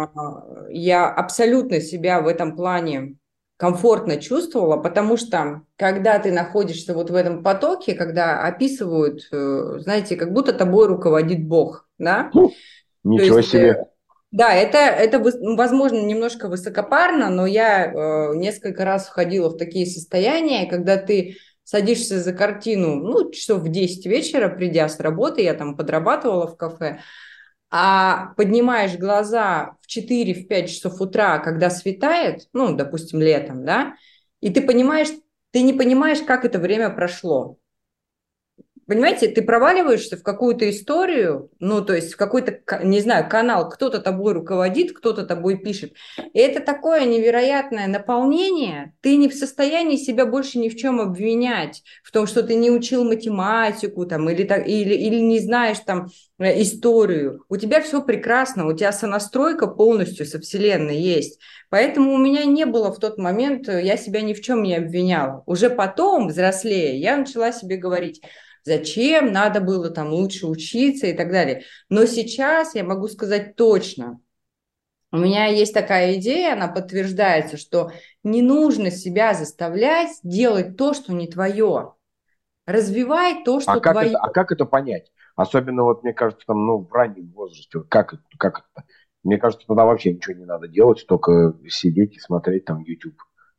Я абсолютно себя в этом плане комфортно чувствовала, потому что когда ты находишься вот в этом потоке, когда описывают, знаете, как будто тобой руководит Бог, да? Ничего есть, себе! Да, это, это, возможно, немножко высокопарно, но я э, несколько раз входила в такие состояния, когда ты садишься за картину, ну, часов в десять вечера, придя с работы, я там подрабатывала в кафе, а поднимаешь глаза в четыре-пять часов утра, когда светает, ну, допустим, летом, да, и ты понимаешь, ты не понимаешь, как это время прошло. Понимаете, ты проваливаешься в какую-то историю, ну, то есть в какой-то, не знаю, канал, кто-то тобой руководит, кто-то тобой пишет. И это такое невероятное наполнение, ты не в состоянии себя больше ни в чем обвинять, в том, что ты не учил математику там, или, или, или не знаешь там историю. У тебя все прекрасно, у тебя сонастройка полностью со Вселенной есть. Поэтому у меня не было в тот момент, я себя ни в чем не обвиняла. Уже потом, взрослее, я начала себе говорить: зачем, надо было там лучше учиться и так далее. Но сейчас я могу сказать точно, у меня есть такая идея, она подтверждается, что не нужно себя заставлять делать то, что не твое. Развивай то, что а как твое. Это, а как это понять? Особенно, вот, мне кажется, там, ну, в раннем возрасте. Вот как, как это? Мне кажется, тогда вообще ничего не надо делать, только сидеть и смотреть там YouTube.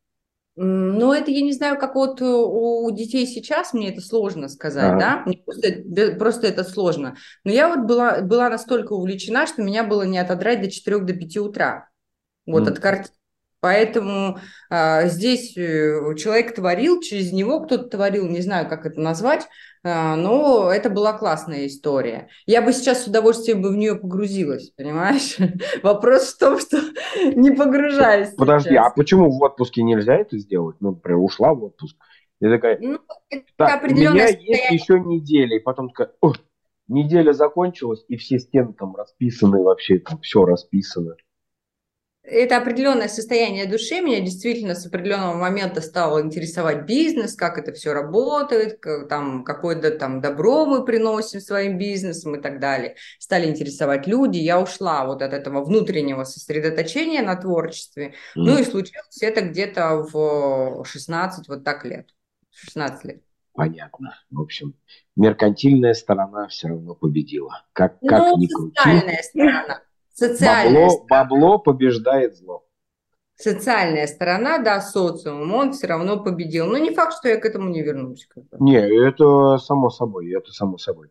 Ну, это я не знаю, как вот у детей сейчас, мне это сложно сказать, Ага. да, мне просто, просто это сложно. Но я вот была, была настолько увлечена, что меня было не отодрать до четырёх, до пяти утра, вот Mm. от картины. Поэтому а, здесь человек творил, через него кто-то творил, не знаю, как это назвать, а, но это была классная история. Я бы сейчас с удовольствием бы в нее погрузилась, понимаешь? Вопрос в том, что не погружаюсь Подожди, сейчас. а почему в отпуске нельзя это сделать? Ну, например, ушла в отпуск. И такая, Ну, это так, у определенное меня есть состояние. еще неделя. И потом такая, о, неделя закончилась, и все стены там расписаны, вообще там все расписано. Это определенное состояние души. Меня действительно с определенного момента стало интересовать бизнес, как это все работает, как, там, какое-то там добро мы приносим своим бизнесом и так далее. Стали интересовать люди. Я ушла вот от этого внутреннего сосредоточения на творчестве. Mm. Ну и случилось это где-то в шестнадцать вот так лет. шестнадцать лет. Понятно. В общем, меркантильная сторона все равно победила. Как, ну, как ни крути. Социальная сторона. Социальная бабло, сторона. бабло побеждает зло. Социальная сторона, да, социум, он все равно победил. Но не факт, что я к этому не вернусь. Не, это само собой, это само собой.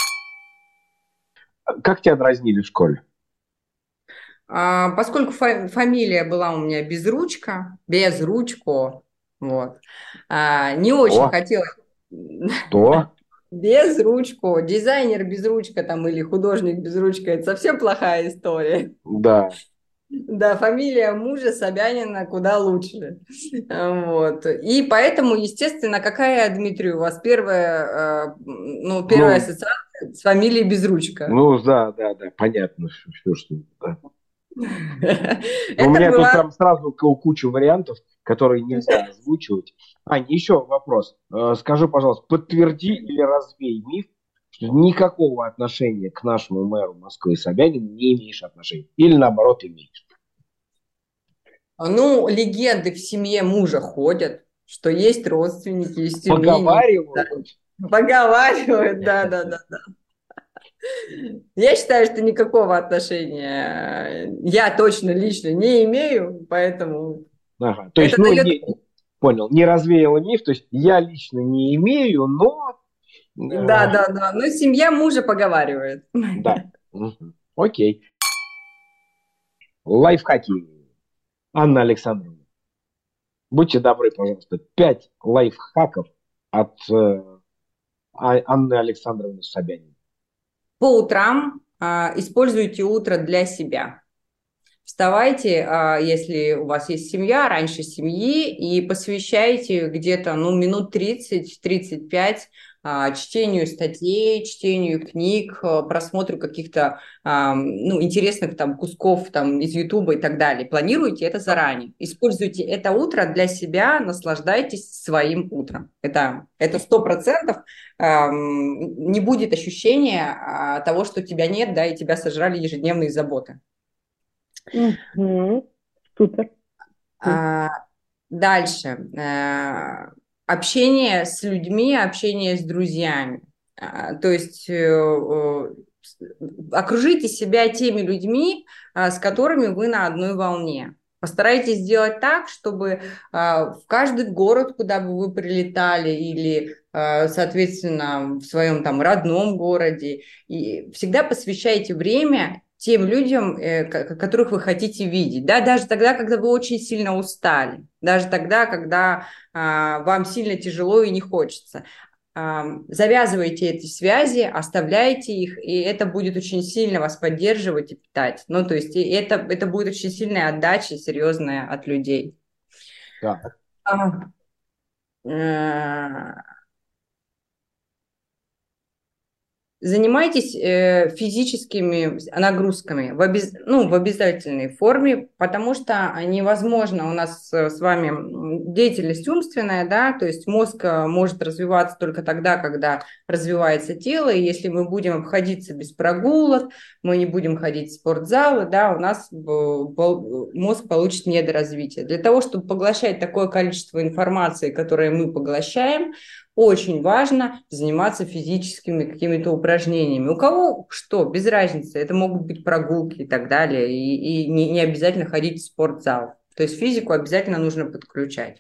Как тебя дразнили в школе? А, поскольку фа- фамилия была у меня Безручка, Безручко, вот, а, не очень О, хотелось... Что? Безручко, дизайнер Безручка там или художник Безручка, это совсем плохая история. Да. Да, фамилия мужа Собянина куда лучше. Вот. И поэтому, естественно, какая, Дмитрий, у вас первая, ну, первая ну, ассоциация с фамилией Безручка. Ну, да, да, да, понятно, все, что... Да. Но у Это меня тут была... прям сразу ку- куча вариантов, которые нельзя озвучивать. Ань, еще вопрос. Э, Скажи, пожалуйста, подтверди или развей миф, что никакого отношения к нашему мэру Москвы Собянину не имеешь отношения. Или наоборот имеешь. Ну, легенды в семье мужа ходят, что есть родственники из Тюмени. Да. Поговаривают. Поговаривают, да, да, да, да. Я считаю, что никакого отношения я точно лично не имею, поэтому Ага. То есть, это ну, дает... не, понял, не развеяла миф, то есть я лично не имею, но... Да, э, да, да, но семья мужа поговаривает. да. Мгм. Окей. Лайфхаки. Анна Александровна, будьте добры, пожалуйста, пять лайфхаков от э, А- Анны Александровны Собяниной. По утрам а, используйте утро для себя. Вставайте, а, если у вас есть семья, раньше семьи, и посвящайте где-то ну, минут тридцать-тридцать пять а, чтению статей, чтению книг, а, просмотру каких-то а, ну, интересных там, кусков там, из Ютуба и так далее. Планируйте это заранее. Используйте это утро для себя, наслаждайтесь своим утром. Это это сто процентов не будет ощущения а, того, что тебя нет, да, и тебя сожрали ежедневные заботы. Мгм. Супер. А, дальше. А, общение с людьми, общение с друзьями. А, то есть э, э, окружите себя теми людьми, а, с которыми вы на одной волне. Постарайтесь сделать так, чтобы а, в каждый город, куда бы вы прилетали, или, а, соответственно, в своем там родном городе, и всегда посвящайте время тем людям, э, ко- которых вы хотите видеть, да, даже тогда, когда вы очень сильно устали, даже тогда, когда а, вам сильно тяжело и не хочется. Ам, завязывайте эти связи, оставляйте их, и это будет очень сильно вас поддерживать и питать. Ну, то есть и это, это будет очень сильная отдача серьезная от людей. Так. А, э, Занимайтесь э, физическими нагрузками в, обез... ну, в обязательной форме, потому что невозможно у нас э, с вами м, деятельность умственная, да, то есть мозг э, может развиваться только тогда, когда развивается тело, и если мы будем обходиться без прогулок, мы не будем ходить в спортзалы, да, у нас э, пол- мозг получит недоразвитие. Для того, чтобы поглощать такое количество информации, которое мы поглощаем, очень важно заниматься физическими какими-то упражнениями. У кого что, без разницы. Это могут быть прогулки и так далее. И, и не, не обязательно ходить в спортзал. То есть физику обязательно нужно подключать.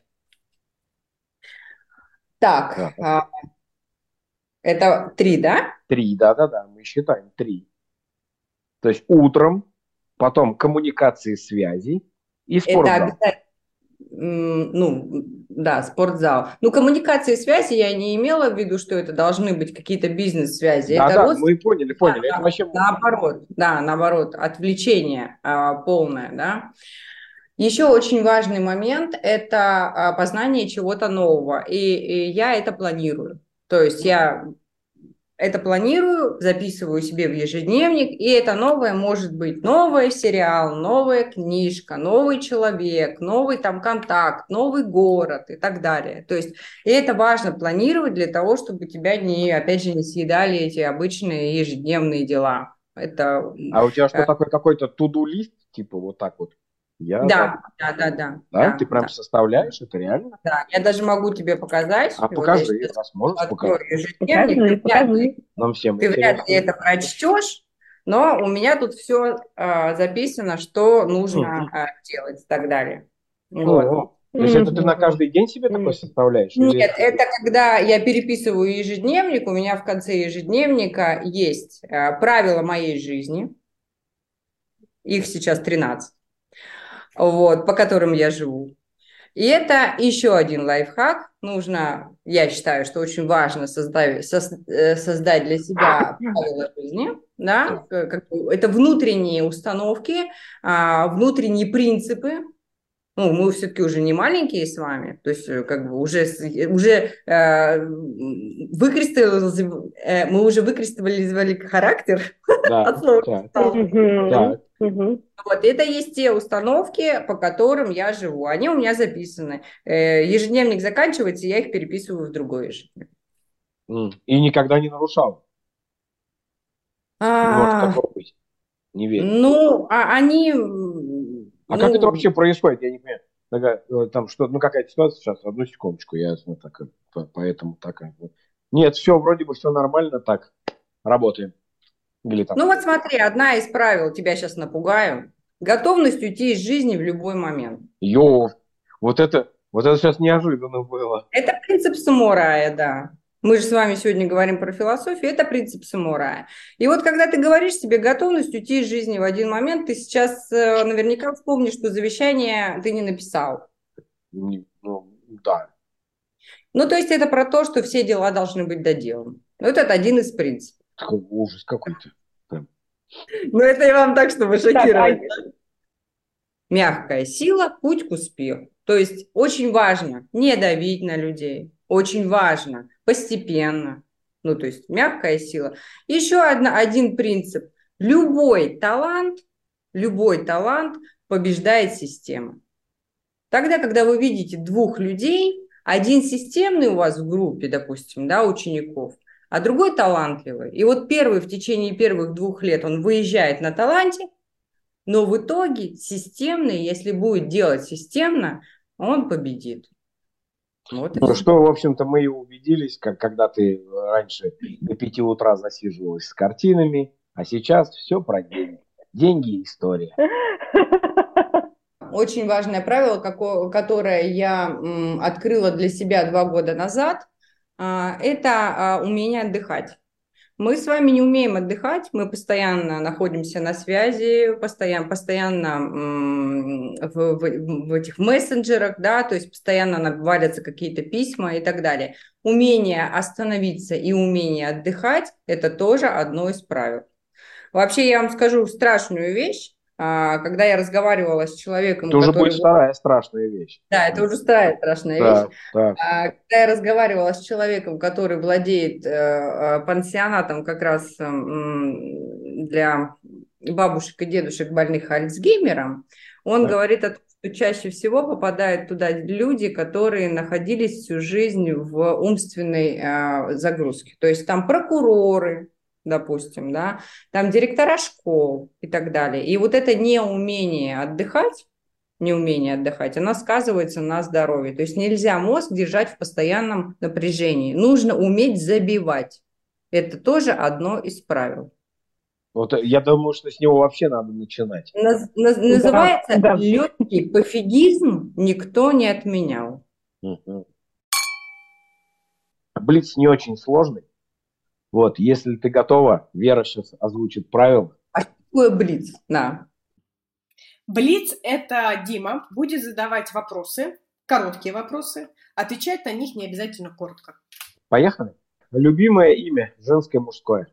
Так, Так. а, это три, да? Три, да-да-да, мы считаем три. То есть утром, потом коммуникации, связи и Это спортзал. обязательно. Ну, да, спортзал. Ну, коммуникации и связи я не имела в виду, что это должны быть какие-то бизнес-связи. Это Да-да, родственники. мы поняли, поняли. Это вообще... Наоборот, да, наоборот, отвлечение а, полное, да. Еще очень важный момент – это а, познание чего-то нового, и, и я это планирую. То есть я это планирую, записываю себе в ежедневник, и это новое может быть новый сериал, новая книжка, новый человек, новый там контакт, новый город и так далее. То есть и это важно планировать для того, чтобы тебя не, опять же, не съедали эти обычные ежедневные дела. Это А у тебя что э, такое, какой-то туду-лист, типа вот так вот? Я за... да, да, да, да, Да, ты да, прям да. составляешь, это реально? Да, я даже могу тебе показать. А Вот я покажи, сейчас раз можешь открою показать. ежедневник. Покажи, Ты вряд ли, покажи. Нам всем ты вряд ли интересно. это прочтешь, но у меня тут все записано, что нужно Мгм. а, делать и так далее. Вот. О, то есть это ты на Мгм. каждый день себе такой Мгм. составляешь? Или Нет, это... это когда я переписываю ежедневник, у меня в конце ежедневника есть а, правила моей жизни, их сейчас тринадцать, вот, по которым я живу. И это еще один лайфхак. Нужно, я считаю, что очень важно создать, создать для себя правила жизни. Да? Как бы это внутренние установки, а, внутренние принципы, Ну, мы все-таки уже не маленькие с вами, то есть э, как бы уже, с- э, уже э, выкристаллизовали, э, мы уже выкристаллизовали характер Да, от слова так, «кристалл». Мгм. так. Мгм. Вот, это есть те установки, по которым я живу. Они у меня записаны. Э, ежедневник заканчивается, я их переписываю в другой ежедневник. М. И никогда не нарушал. Не может А, такого быть. Не верю. ну, а они, м, А как это ну, вообще происходит? Я не понимаю. Такая, э, там что, ну какая-то ситуация сейчас, одну секундочку, я ну, так, э, по- поэтому так. э, Нет, все, вроде бы все нормально, так, работаем. Или там. ну вот смотри, одна из правил, тебя сейчас напугаю. Готовность уйти из жизни в любой момент. Йо, вот это, вот это сейчас неожиданно было. Это принцип самурая, да. Мы же с вами сегодня говорим про философию, это принцип самурая. И вот когда ты говоришь себе готовность уйти из жизни в один момент, ты сейчас э, наверняка вспомнишь, что завещание ты не написал. Не- Ну, да. Ну, то есть это про то, что все дела должны быть доделаны. Вот это один из принципов. Такой ужас какой-то. Прям. Но это я вам так, чтобы Так, а шокировать. Мягкая сила – путь к успеху. То есть очень важно не давить на людей, очень важно постепенно. Ну, то есть мягкая сила. Еще одна, один принцип. Любой талант, любой талант побеждает систему. Тогда, когда вы видите двух людей, один системный у вас в группе, допустим, да, учеников, а другой талантливый. И вот первый в течение первых двух лет он выезжает на таланте, но в итоге системный, если будет делать системно, он победит. Вот и Ну, все. что, в общем-то, мы и убедились, как когда ты раньше до пяти утра засиживалась с картинами, а сейчас все про деньги. Деньги и история. Очень важное правило, како- которое я м, открыла для себя два года назад, а, это а, умение отдыхать. Мы с вами не умеем отдыхать, мы постоянно находимся на связи, постоянно, постоянно м, в, в- в этих мессенджерах, да, то есть постоянно нам валятся какие-то письма и так далее. Умение остановиться и умение отдыхать – это тоже одно из правил. Вообще, я вам скажу страшную вещь. А, Когда я разговаривала с человеком, Это уже будет который... вторая страшная вещь. Да, это уже старая страшная вещь. Так, так. А, Когда я разговаривала с человеком, который владеет э, э, пансионатом как раз м, для бабушек и дедушек, больных Альцгеймером, он Так. говорит о том, что чаще всего попадают туда люди, которые находились всю жизнь в умственной э, загрузке. То есть там прокуроры, допустим, да, там директора школ и так далее. И вот это неумение отдыхать, неумение отдыхать, она сказывается на здоровье. То есть нельзя мозг держать в постоянном напряжении. Нужно уметь забивать. Это тоже одно из правил. Вот э, я думаю, что с него вообще надо начинать. Наз- наз- Да, называется да. легкий пофигизм никто не отменял. Мгм. Блиц не очень сложный. Вот, если ты готова, Вера сейчас озвучит правила. А что такое блиц? На. Блиц – это Дима будет задавать вопросы, короткие вопросы, отвечать на них не обязательно коротко. Поехали? Любимое имя, женское, мужское.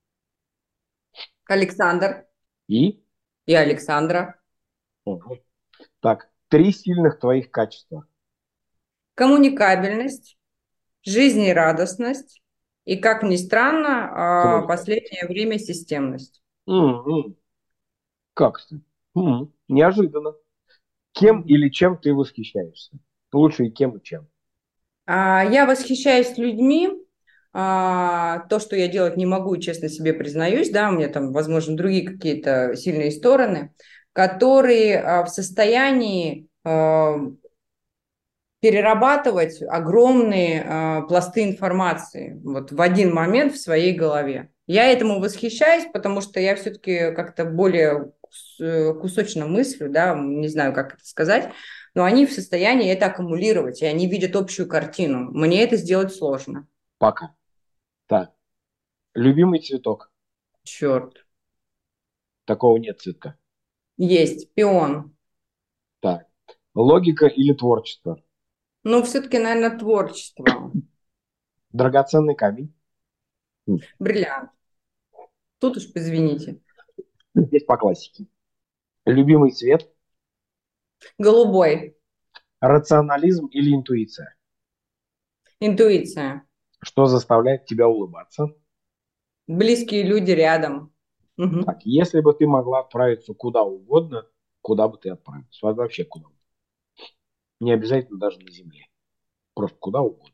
Александр И? и Александра. Мгм. Так, три сильных твоих качества. Коммуникабельность, жизнерадостность и, как ни странно, а, Коммуникабельность. последнее время системность. М-м. Как это? М, Неожиданно. Кем или чем ты восхищаешься? Лучше и кем, и чем. А, Я восхищаюсь людьми. А, То, что я делать не могу, честно себе признаюсь, да, у меня там, возможно, другие какие-то сильные стороны, которые а, в состоянии а, перерабатывать огромные а, пласты информации вот в один момент в своей голове. Я этому восхищаюсь, потому что я все-таки как-то более кус- э, кусочно мыслю, да, не знаю, как это сказать, но они в состоянии это аккумулировать, и они видят общую картину. Мне это сделать сложно. Пока. Так. Любимый цветок. Черт. Такого нет цветка. Есть. Пион. Так. Логика или творчество. Ну, все-таки, наверное, творчество. Драгоценный камень. М, Бриллиант. Тут уж извините. Здесь по классике. Любимый цвет. Голубой. Рационализм или интуиция? Интуиция. Что заставляет тебя улыбаться? Близкие люди рядом. Мгм. Так, если бы ты могла отправиться куда угодно, куда бы ты отправилась? Вот вообще куда угодно. Не обязательно даже на Земле. Просто куда угодно.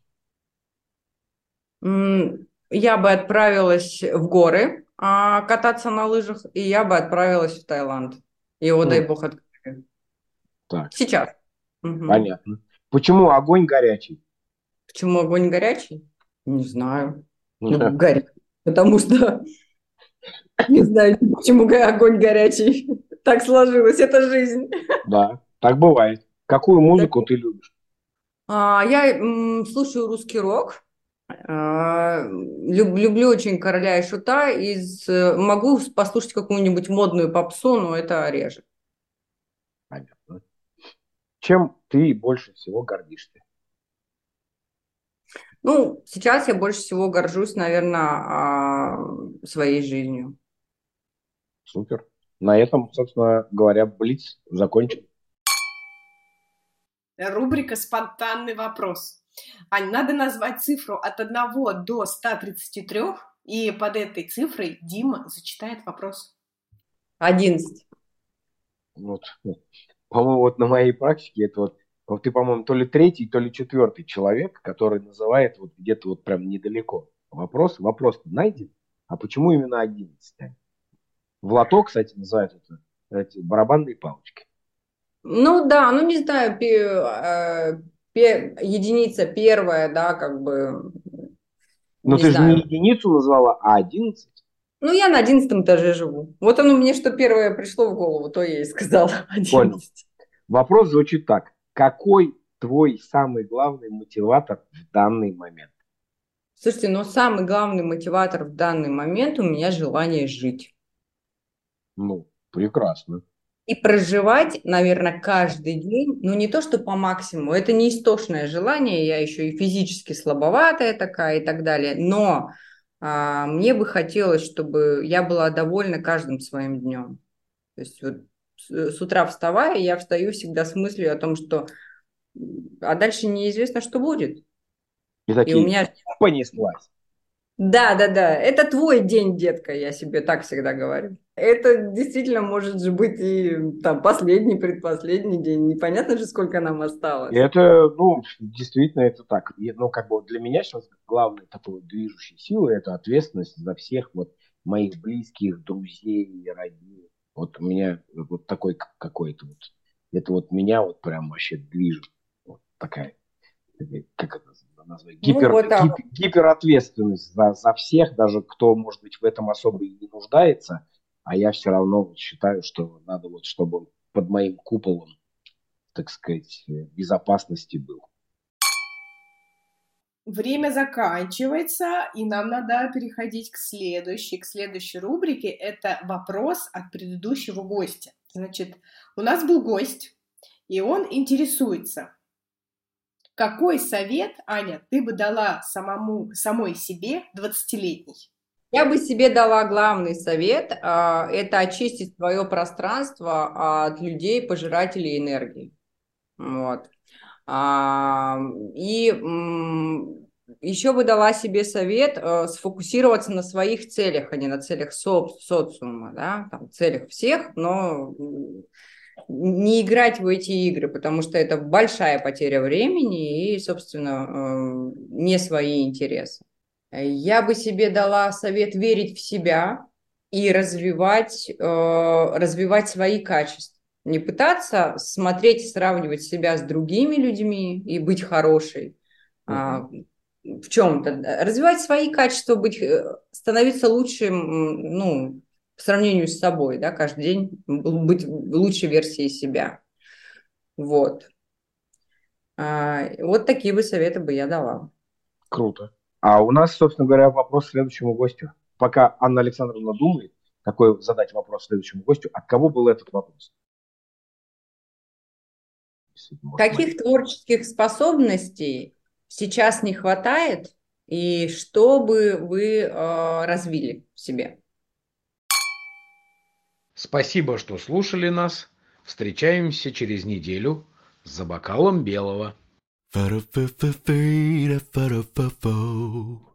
М, Я бы отправилась в горы а, кататься на лыжах, и я бы отправилась в Таиланд. Его, дай М, бог, открыли. так, Сейчас. Мгм. понятно. Почему огонь горячий? Почему огонь горячий? Не знаю. Ну, горит. Потому что не знаю, почему го- огонь горячий. Так сложилось, это жизнь. Да, так бывает. Какую музыку ты любишь? А, Я м, слушаю русский рок. А, люб- Люблю очень Короля и Шута. Из, э, могу послушать какую-нибудь модную попсу, но это реже. Понятно. Чем ты больше всего гордишься? Ну, сейчас я больше всего горжусь, наверное, своей жизнью. Супер. На этом, собственно говоря, блиц закончен. Рубрика «Спонтанный вопрос». Ань, надо назвать цифру от одного до ста тридцати трёх, и под этой цифрой Дима зачитает вопрос. Одиннадцать. Вот. По-моему, вот на моей практике это вот, вот ты, по-моему, то ли третий, то ли четвертый человек, который называет вот где-то вот прям недалеко. Вопрос, вопрос найден. А почему именно одиннадцать? В лото, кстати, называют это эти барабанные палочки. Ну да, ну не знаю, пе- э, пе- единица первая, да, как бы, Но не ты же не знаю. единицу назвала, а одиннадцать. Ну, я на одиннадцатом этаже живу. Вот оно мне что первое пришло в голову, то я и сказала. Понял. Одиннадцать. Вопрос звучит так. Какой твой самый главный мотиватор в данный момент? Слушайте, но самый главный мотиватор в данный момент у меня желание жить. Ну, прекрасно. И проживать, наверное, каждый день, ну не то, что по максимуму, это не истошное желание, я еще и физически слабоватая такая и так далее, но а, мне бы хотелось, чтобы я была довольна каждым своим днем. То есть вот с, с утра вставая, я встаю всегда с мыслью о том, что м, а дальше неизвестно, что будет. И И у такие, меня понеслась. да, да, да. Это твой день, детка, я себе так всегда говорю. Это действительно может же быть и там последний, предпоследний день. Непонятно же, сколько нам И осталось. это, ну, действительно это так. И, ну, как бы вот для меня сейчас главной такой движущей силой это ответственность за всех вот моих близких, друзей и родных. Вот у меня вот такой к- какой-то вот, это вот меня вот прям вообще движет. Вот такая, такая, как это назвать, Ну, гипер, вот так. гип- гиперответственность за, за всех, даже кто, может быть, в этом особо и не нуждается, а я все равно вот считаю, что надо вот, чтобы он под моим куполом, так сказать, э, безопасности был. Время заканчивается, и нам надо переходить к следующей, к следующей рубрике. Это вопрос от предыдущего гостя. Значит, у нас был гость, и он интересуется. Какой совет, Аня, ты бы дала самому, самой себе двадцатилетней? Я бы себе дала главный совет, а, это очистить свое пространство от людей, пожирателей энергии. Вот. А, И м, еще бы дала себе совет э, сфокусироваться на своих целях, а не на целях со- социума, да, там, целях всех, но м, не играть в эти игры, потому что это большая потеря времени и, собственно, э, не свои интересы. Я бы себе дала совет верить в себя и развивать, э, развивать свои качества. Не пытаться смотреть и сравнивать себя с другими людьми и быть хорошей Мгм. а, в чем-то. Развивать свои качества, быть, э, становиться лучшим, м, ну, по сравнению с собой, да, каждый день быть лучшей версией себя. Вот. А, вот такие бы советы бы я дала. Круто. А у нас, собственно говоря, вопрос к следующему гостю. Пока Анна Александровна думает, какой задать вопрос следующему гостю, от кого был этот вопрос? Если может, Каких Мария. творческих способностей сейчас не хватает, и что бы вы э, развили в себе? Спасибо, что слушали нас. Встречаемся через неделю за бокалом белого. Fa-da-fa-fa-fa-da-fa-da-fa-fa.